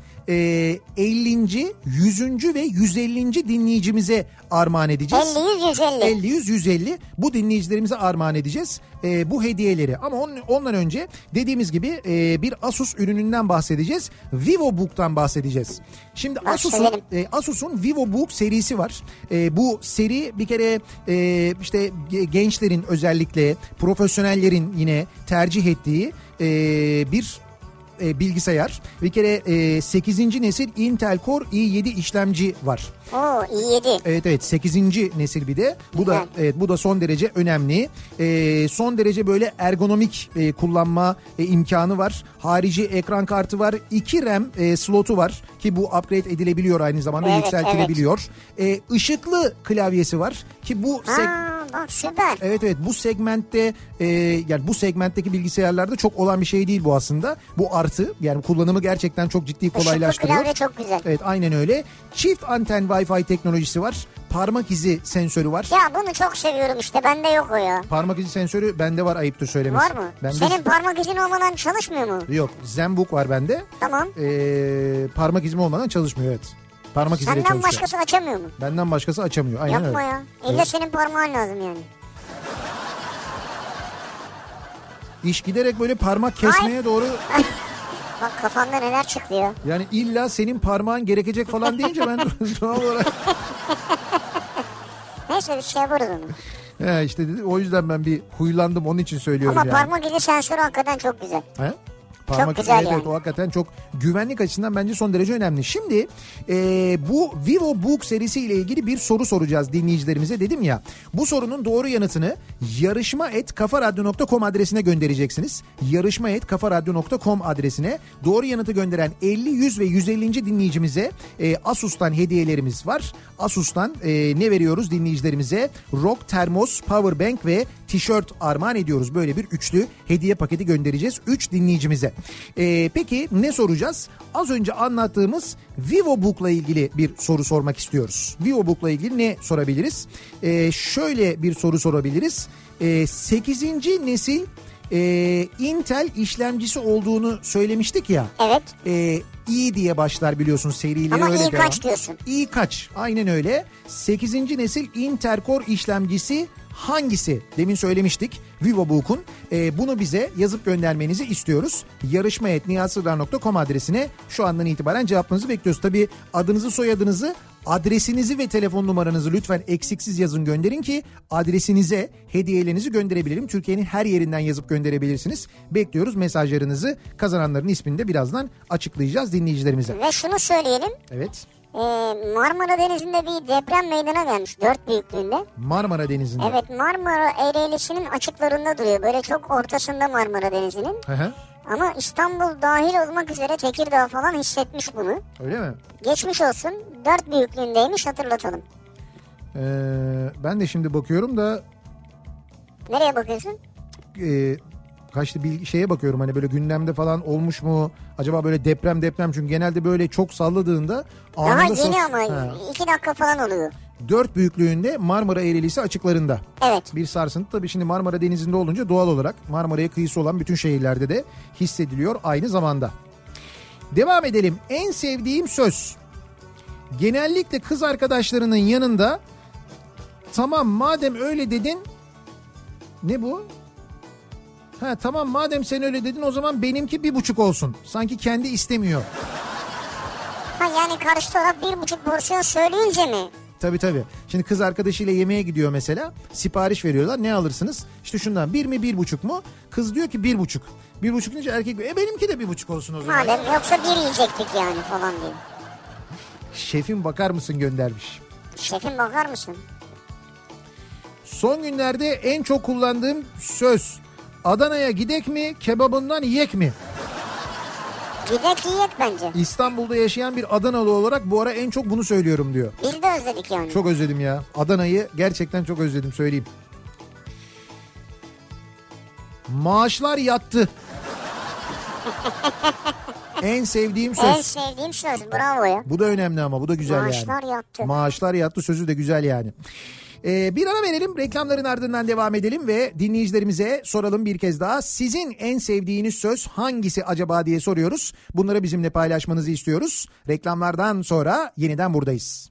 50. 100. ve 150. dinleyicimize armağan edeceğiz. 50-150 bu dinleyicilerimize armağan edeceğiz bu hediyeleri. Ama ondan önce dediğimiz gibi bir Asus ürününden bahsedeceğiz. VivoBook'tan bahsedeceğiz. Şimdi Asus'un VivoBook serisi var. Bu seri bir kere işte gençlerin, özellikle profesyonellerin yine tercih ettiği bir bilgisayar. Bir kere 8. nesil Intel Core i7 işlemci var. Oo, i7. Evet 8. nesil bir de. Bu da son derece önemli. Son derece böyle ergonomik kullanma imkanı var. Harici ekran kartı var. 2 RAM slotu var ki bu upgrade edilebiliyor, aynı zamanda yükseltilebiliyor. Işıklı klavyesi var ki bu bak süper. Evet bu segmentte yani bu segmentteki bilgisayarlarda çok olan bir şey değil bu aslında. Bu artı, yani kullanımı gerçekten çok ciddi kolaylaştırıyor. Işıklı klavye çok güzel. Evet, aynen öyle. Çift anten Wi-Fi teknolojisi var. Parmak izi sensörü var. Ya bunu çok seviyorum işte, bende yok o ya. Parmak izi sensörü bende var, ayıptır söylemesi. Var mı? Senin parmak izin olmadan çalışmıyor mu? Yok, Zenbook var bende. Tamam. Parmak izim olmadan çalışmıyor, evet. Parmak iziyle çalışıyor. Senden başkası açamıyor mu? Benden başkası açamıyor, aynen. Yapma öyle. Ya. İlla senin parmağın lazım yani. İş giderek böyle parmak kesmeye doğru... Bak kafanda neler çıktı ya. Yani illa senin parmağın gerekecek falan deyince ben doğal olarak... Neyse bir şey yaparız onu. İşte o yüzden ben bir huylandım, onun için söylüyorum. Ama parmak izi sensörü hakikaten çok güzel. He? Çok güzel yani. Evet, o hakikaten çok güvenlik açısından bence son derece önemli. Şimdi bu VivoBook serisi ile ilgili bir soru soracağız dinleyicilerimize, dedim ya. Bu sorunun doğru yanıtını yarışma@kafaradyo.com adresine göndereceksiniz. Yarışma@kafaradyo.com adresine doğru yanıtı gönderen 50, 100 ve 150. dinleyicimize Asus'tan hediyelerimiz var. Asus'tan ne veriyoruz dinleyicilerimize? ROG termos, powerbank ve tişört armağan ediyoruz. Böyle bir üçlü hediye paketi göndereceğiz 3 dinleyicimize. Peki ne soracağız? Az önce anlattığımız VivoBook'la ilgili bir soru sormak istiyoruz. VivoBook'la ilgili ne sorabiliriz? Şöyle bir soru sorabiliriz. 8. nesil Intel işlemcisi olduğunu söylemiştik ya. Evet. i diye başlar biliyorsun serileri. Ama öyle i kaç diyorsun? i kaç, aynen öyle. 8. nesil Intel Core işlemcisi hangisi? Demin söylemiştik VivoBook'un. Bunu bize yazıp göndermenizi istiyoruz. Yarışma@nihatsırdar.com adresine şu andan itibaren cevaplarınızı bekliyoruz. Tabii adınızı, soyadınızı, adresinizi ve telefon numaranızı lütfen eksiksiz yazın, gönderin ki adresinize hediyelerinizi gönderebilirim. Türkiye'nin her yerinden yazıp gönderebilirsiniz. Bekliyoruz mesajlarınızı. Kazananların ismini de birazdan açıklayacağız dinleyicilerimize. Ve şunu söyleyelim. Evet. Marmara Denizi'nde bir deprem meydana gelmiş 4 büyüklüğünde. Marmara Denizi'nde. Evet, Marmara Ereğlisi'nin açıklarında duruyor. Böyle çok ortasında Marmara Denizi'nin. Hı. Ama İstanbul dahil olmak üzere Tekirdağ falan hissetmiş bunu. Öyle mi? Geçmiş olsun. 4 büyüklüğündeymiş, hatırlatalım. Ben de şimdi bakıyorum da... Nereye bakıyorsun? Kaçtı bir şeye bakıyorum, hani böyle gündemde falan olmuş mu? Acaba böyle deprem çünkü genelde böyle çok salladığında... Daha yeni ama 2 dakika falan oluyor. 4 büyüklüğünde Marmara Eğrelisi açıklarında. Evet. Bir sarsıntı tabii şimdi Marmara Denizi'nde olunca doğal olarak Marmara'ya kıyısı olan bütün şehirlerde de hissediliyor aynı zamanda. Devam edelim. En sevdiğim söz. Genellikle kız arkadaşlarının yanında tamam madem öyle dedin, ne bu? Ha tamam madem sen öyle dedin o zaman benimki 1,5 olsun. Sanki kendi istemiyor. Ha yani karşı taraf 1,5 porsiyon söyleyince mi? Tabii. Şimdi kız arkadaşıyla yemeğe gidiyor mesela. Sipariş veriyorlar. Ne alırsınız? İşte şundan 1 mi 1,5 mu? Kız diyor ki 1,5. 1,5 deyince erkek diyor benimki de 1,5 olsun o zaman. Madem yoksa 1 yiyecektik yani falan diyor. Şefim bakar mısın göndermiş. Şefim bakar mısın? Son günlerde en çok kullandığım söz. Adana'ya gidek mi kebabından yiyek mi? Gidek yiyek bence. İstanbul'da yaşayan bir Adanalı olarak bu ara en çok bunu söylüyorum diyor. Biz de özledik yani. Çok özledim ya. Adana'yı gerçekten çok özledim söyleyeyim. Maaşlar yattı. En sevdiğim söz. En sevdiğim söz, bravo ya. Bu da önemli ama bu da güzel Maaşlar yani. yattı. Maaşlar yattı sözü de güzel yani. Bir ara verelim, reklamların ardından devam edelim ve dinleyicilerimize soralım bir kez daha. Sizin en sevdiğiniz söz hangisi acaba diye soruyoruz. Bunları bizimle paylaşmanızı istiyoruz. Reklamlardan sonra yeniden buradayız.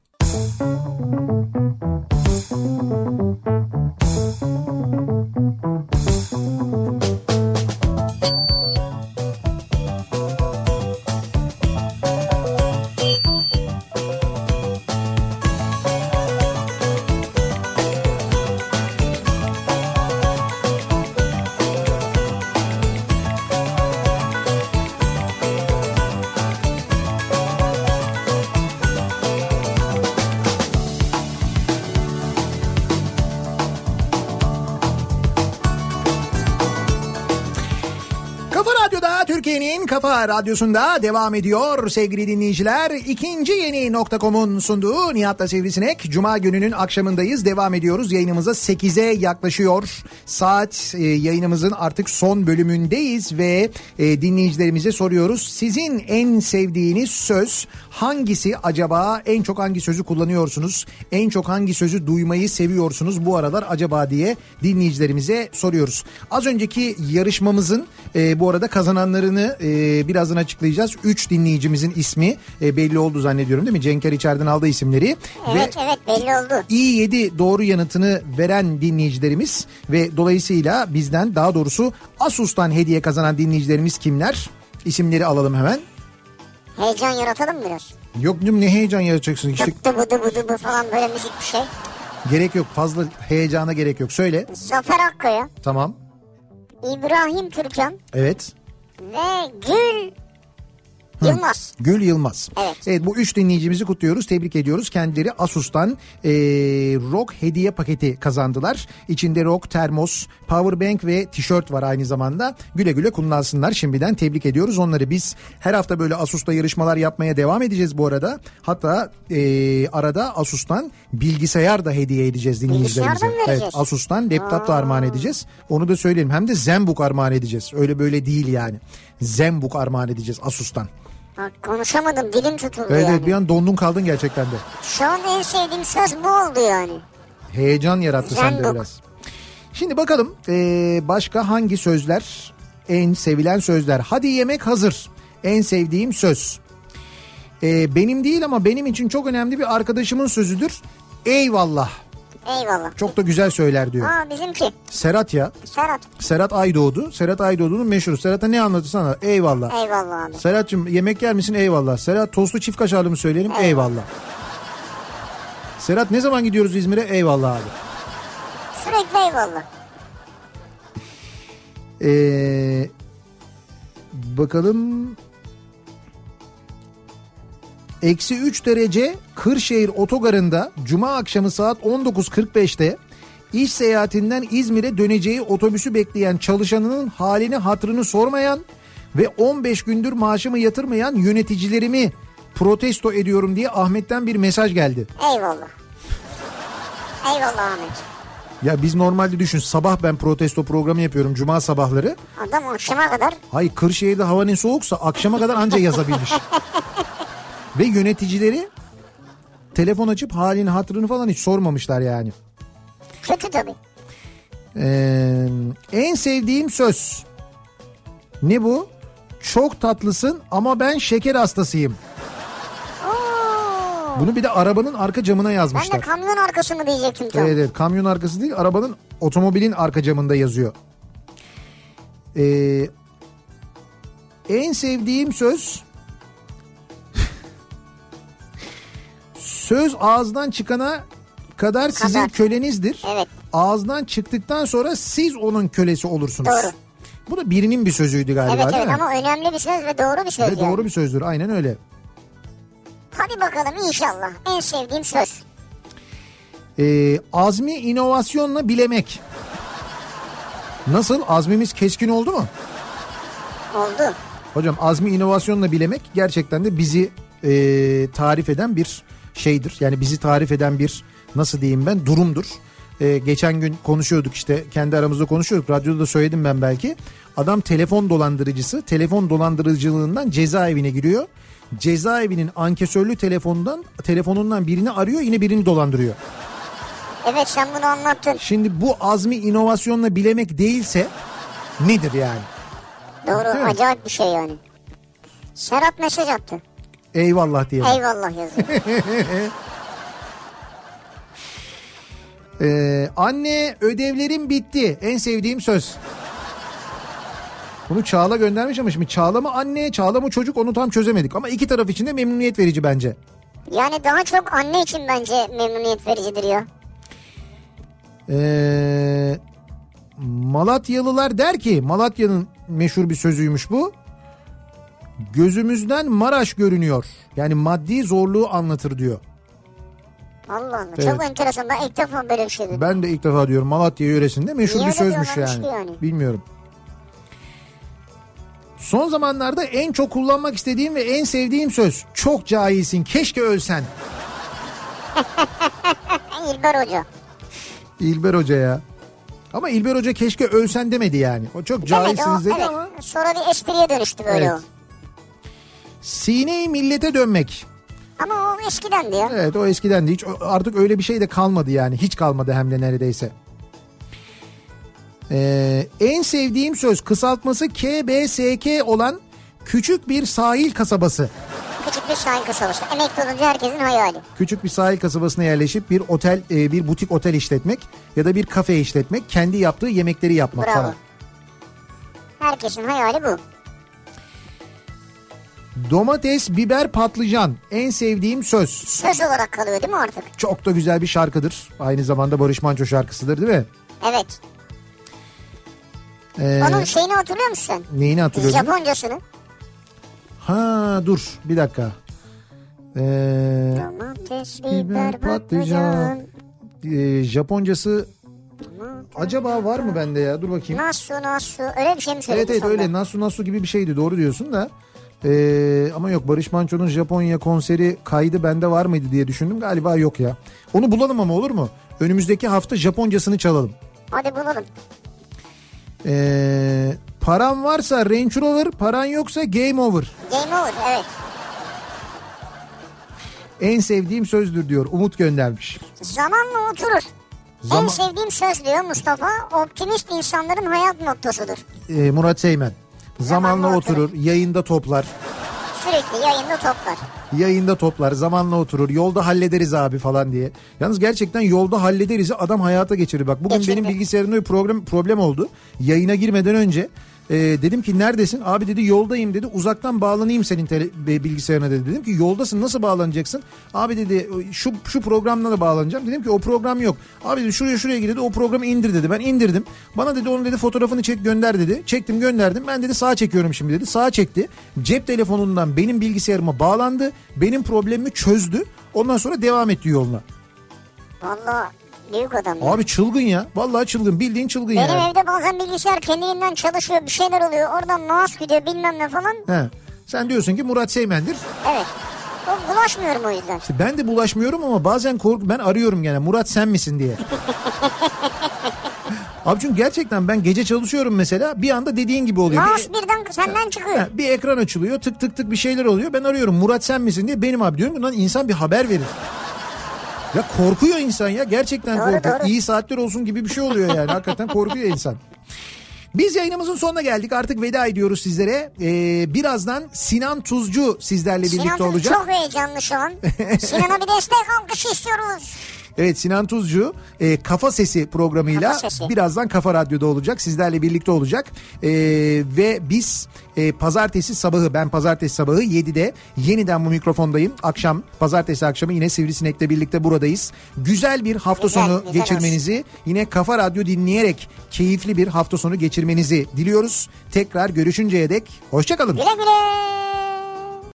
Türkiye'nin Kafa Radyosu'nda devam ediyor sevgili dinleyiciler. İkinci yeni nokta.com'un sunduğu Nihat'la Sivrisinek. Cuma gününün akşamındayız. Devam ediyoruz. Yayınımıza 8'e yaklaşıyor. Saat yayınımızın artık son bölümündeyiz ve dinleyicilerimize soruyoruz. Sizin en sevdiğiniz söz hangisi acaba? En çok hangi sözü kullanıyorsunuz? En çok hangi sözü duymayı seviyorsunuz bu aralar acaba diye dinleyicilerimize soruyoruz. Az önceki yarışmamızın bu arada kazananlarını birazdan açıklayacağız. 3 dinleyicimizin ismi belli oldu zannediyorum değil mi? Cenker içeriden aldı isimleri. Evet belli oldu. i7 doğru yanıtını veren dinleyicilerimiz ve dolayısıyla bizden, daha doğrusu Asus'tan hediye kazanan dinleyicilerimiz kimler? İsimleri alalım hemen. Heyecan yaratalım biraz. Yok canım, ne heyecan yaratacaksın işte. Dıbı dıbı dıbı falan böyle müzik bir şey. Gerek yok, fazla heyecana gerek yok. Söyle. Zafer Akkaya. Tamam. İbrahim Türkan. Evet. Ve Gül Yılmaz. Gül Yılmaz. Evet. Bu 3 dinleyicimizi kutluyoruz, tebrik ediyoruz. Kendileri Asus'tan ROG hediye paketi kazandılar. İçinde ROG termos, powerbank ve tişört var aynı zamanda. Güle güle kullansınlar, şimdiden tebrik ediyoruz onları. Biz her hafta böyle Asus'ta yarışmalar yapmaya devam edeceğiz bu arada. Hatta arada Asus'tan bilgisayar da hediye edeceğiz dinleyicilerimize. Evet, Asus'tan laptop da armağan edeceğiz. Onu da söyleyelim. Hem de ZenBook armağan edeceğiz. Öyle böyle değil yani. ZenBook armağan edeceğiz Asus'tan. Bak, konuşamadım, dilim tutuldu evet, yani. Evet, bir an dondun kaldın gerçekten de. Şu an en sevdiğim söz bu oldu yani. Heyecan yarattı sende biraz. Şimdi bakalım başka hangi sözler en sevilen sözler. Hadi yemek hazır. En sevdiğim söz. Benim değil ama benim için çok önemli bir arkadaşımın sözüdür. Eyvallah. Eyvallah. Çok da güzel söyler diyor. Aa, bizimki. Serhat ya. Serhat Aydoğdu. Serhat Aydoğdu'nun meşhuru. Serhat'a ne anlatırsana? Eyvallah. Eyvallah abi. Serhat'cığım yemek yer misin? Eyvallah. Serhat tostlu çift kaşarlı mı söyleyelim? Eyvallah. Serhat ne zaman gidiyoruz İzmir'e? Eyvallah abi. Sürekli eyvallah. Bakalım. -3 derece Kırşehir otogarında Cuma akşamı saat 19.45'te iş seyahatinden İzmir'e döneceği otobüsü bekleyen çalışanının halini hatırını sormayan ve 15 gündür maaşımı yatırmayan yöneticilerimi protesto ediyorum diye Ahmet'ten bir mesaj geldi. Eyvallah. Eyvallah Ahmet. Ya biz normalde düşün, sabah ben protesto programı yapıyorum Cuma sabahları. Adam akşama kadar. Hayır, Kırşehir'de hava ne soğuksa akşama kadar anca yazabilmiş. Ve yöneticileri telefon açıp halini hatırını falan hiç sormamışlar yani. Kötü tabii. En sevdiğim söz. Ne bu? Çok tatlısın ama ben şeker hastasıyım. Bunu bir de arabanın arka camına yazmışlar. Ben de kamyon arkası mı diyecektim. Evet, kamyon arkası değil, arabanın, otomobilin arka camında yazıyor. En sevdiğim söz. Söz ağızdan çıkana kadar sizin kölenizdir. Evet. Ağızdan çıktıktan sonra siz onun kölesi olursunuz. Doğru. Bu da birinin bir sözüydü galiba, evet, değil mi? ama önemli bir söz ve doğru bir söz. Ve doğru bir sözdür, aynen öyle. Hadi bakalım inşallah. En sevdiğim söz. Azmi inovasyonla bilemek. Nasıl? Azmimiz keskin oldu mu? Oldu. Hocam azmi inovasyonla bilemek gerçekten de bizi tarif eden bir şeydir. Yani bizi tarif eden bir, nasıl diyeyim ben, durumdur. Geçen gün konuşuyorduk, işte kendi aramızda konuşuyorduk. Radyoda da söyledim ben belki. Adam telefon dolandırıcısı. Telefon dolandırıcılığından cezaevine giriyor. Cezaevinin ankesörlü telefonundan birini arıyor, yine birini dolandırıyor. Evet, sen bunu anlattın. Şimdi bu azmi inovasyonla bilemek değilse nedir yani? Doğru, acayip bir şey yani. Serhat mesaj attı. Eyvallah diyelim. Eyvallah yazıyor. Anne ödevlerim bitti. En sevdiğim söz. Bunu Çağla göndermiş ama şimdi Çağla mı anne, Çağla mı çocuk, onu tam çözemedik. Ama iki taraf için de memnuniyet verici bence. Yani daha çok anne için bence memnuniyet vericidir ya. Malatyalılar der ki, Malatya'nın meşhur bir sözüymüş bu. Gözümüzden Maraş görünüyor. Yani maddi zorluğu anlatır diyor. Allah Allah, evet. Çok enteresan, ben ilk defa böyle bir şey duydum. Ben de ilk defa diyorum, Malatya yöresinde meşhur bir sözmüş yani. Bilmiyorum. Son zamanlarda en çok kullanmak istediğim ve en sevdiğim söz. Çok cahilsin, keşke ölsen. İlber Hoca. İlber Hoca ya. Ama İlber Hoca keşke ölsen demedi yani. O çok cahilsiniz dedi evet. ama. Sonra bir espriye dönüştü böyle evet. O. Sine-i millete dönmek. Ama o eskiden diyor. Evet, o eskiden de hiç artık öyle bir şey de kalmadı yani. Hiç kalmadı hem de neredeyse. En sevdiğim söz, kısaltması KBSK olan küçük bir sahil kasabası. Küçük bir sahil kasabası. Emekli olunca herkesin hayali. Küçük bir sahil kasabasına yerleşip bir otel, bir butik otel işletmek ya da bir kafe işletmek, kendi yaptığı yemekleri yapmak bravo. Falan. Herkesin hayali bu. Domates, biber, patlıcan en sevdiğim söz. Söz olarak kalıyor değil mi artık? Çok da güzel bir şarkıdır. Aynı zamanda Barış Manço şarkısıdır değil mi? Evet. Onun şeyini hatırlıyor musun sen? Neyini hatırlıyorum? Japoncasını. Ha dur bir dakika. Domates, biber, patlıcan. Japoncası acaba var mı bende ya? Dur bakayım. Nasu öyle bir şey mi söyledin? Evet öyle Nasu gibi bir şeydi, doğru diyorsun da. Ama yok, Barış Manço'nun Japonya konseri kaydı bende var mıydı diye düşündüm, galiba yok ya. Onu bulalım ama, olur mu? Önümüzdeki hafta Japoncasını çalalım. Hadi bulalım. Paran varsa Range Rover, paran yoksa Game Over. Game Over, evet. En sevdiğim sözdür diyor, Umut göndermiş. Zamanla oturur. En sevdiğim söz diyor Mustafa, optimist insanların hayat mottosudur. Murat Seymen. Zamanla oturur, yayında toplar. Sürekli yayında toplar. Yayında toplar, zamanla oturur, yolda hallederiz abi falan diye. Yalnız gerçekten yolda hallederiz adam hayata geçirir. Bak bugün benim bilgisayarımda bir problem oldu. Yayına girmeden önce dedim ki neredesin? Abi dedi yoldayım dedi. Uzaktan bağlanayım senin bilgisayarına dedi. Dedim ki yoldasın, nasıl bağlanacaksın? Abi dedi şu programla da bağlanacağım. Dedim ki o program yok. Abi dedi şuraya gir dedi, o programı indir dedi. Ben indirdim. Bana dedi onun dedi fotoğrafını çek gönder dedi. Çektim gönderdim. Ben dedi sağa çekiyorum şimdi dedi. Sağa çekti. Cep telefonundan benim bilgisayarıma bağlandı. Benim problemimi çözdü. Ondan sonra devam etti yoluna. Vallahi büyük adam. Abi çılgın ya. Vallahi çılgın. Bildiğin çılgın ya. Benim evde bazen bilgisayar kendiliğinden çalışıyor. Bir şeyler oluyor. Oradan mouse gidiyor bilmem ne falan. He. Sen diyorsun ki Murat Seymen'dir. Evet. Bulaşmıyorum o yüzden. İşte ben de bulaşmıyorum ama bazen ben arıyorum gene. Murat sen misin diye. Abi çünkü gerçekten ben gece çalışıyorum mesela. Bir anda dediğin gibi oluyor. Mouse birden senden çıkıyor. Bir ekran açılıyor. Tık tık tık bir şeyler oluyor. Ben arıyorum. Murat sen misin diye. Benim abi diyorum. Bundan insan bir haber verir. Ya korkuyor insan ya, gerçekten doğru, korkuyor. Doğru. İyi saatler olsun gibi bir şey oluyor yani. Hakikaten korkuyor insan. Biz yayınımızın sonuna geldik. Artık veda ediyoruz sizlere. Birazdan Sinan Tuzcu sizlerle birlikte olacak. Sinan çok heyecanlı şu an. Sinan'a bir destek alkışı istiyoruz. Evet, Sinan Tuzcu Kafa Sesi programıyla birazdan Kafa Radyo'da olacak. Sizlerle birlikte olacak. Ve biz pazartesi sabahı 7'de yeniden bu mikrofondayım. Pazartesi akşamı yine Sivrisinek'le birlikte buradayız. Güzel bir hafta sonu geçirmenizi, yine Kafa Radyo dinleyerek keyifli bir hafta sonu geçirmenizi diliyoruz. Tekrar görüşünceye dek hoşça kalın. Güle güle.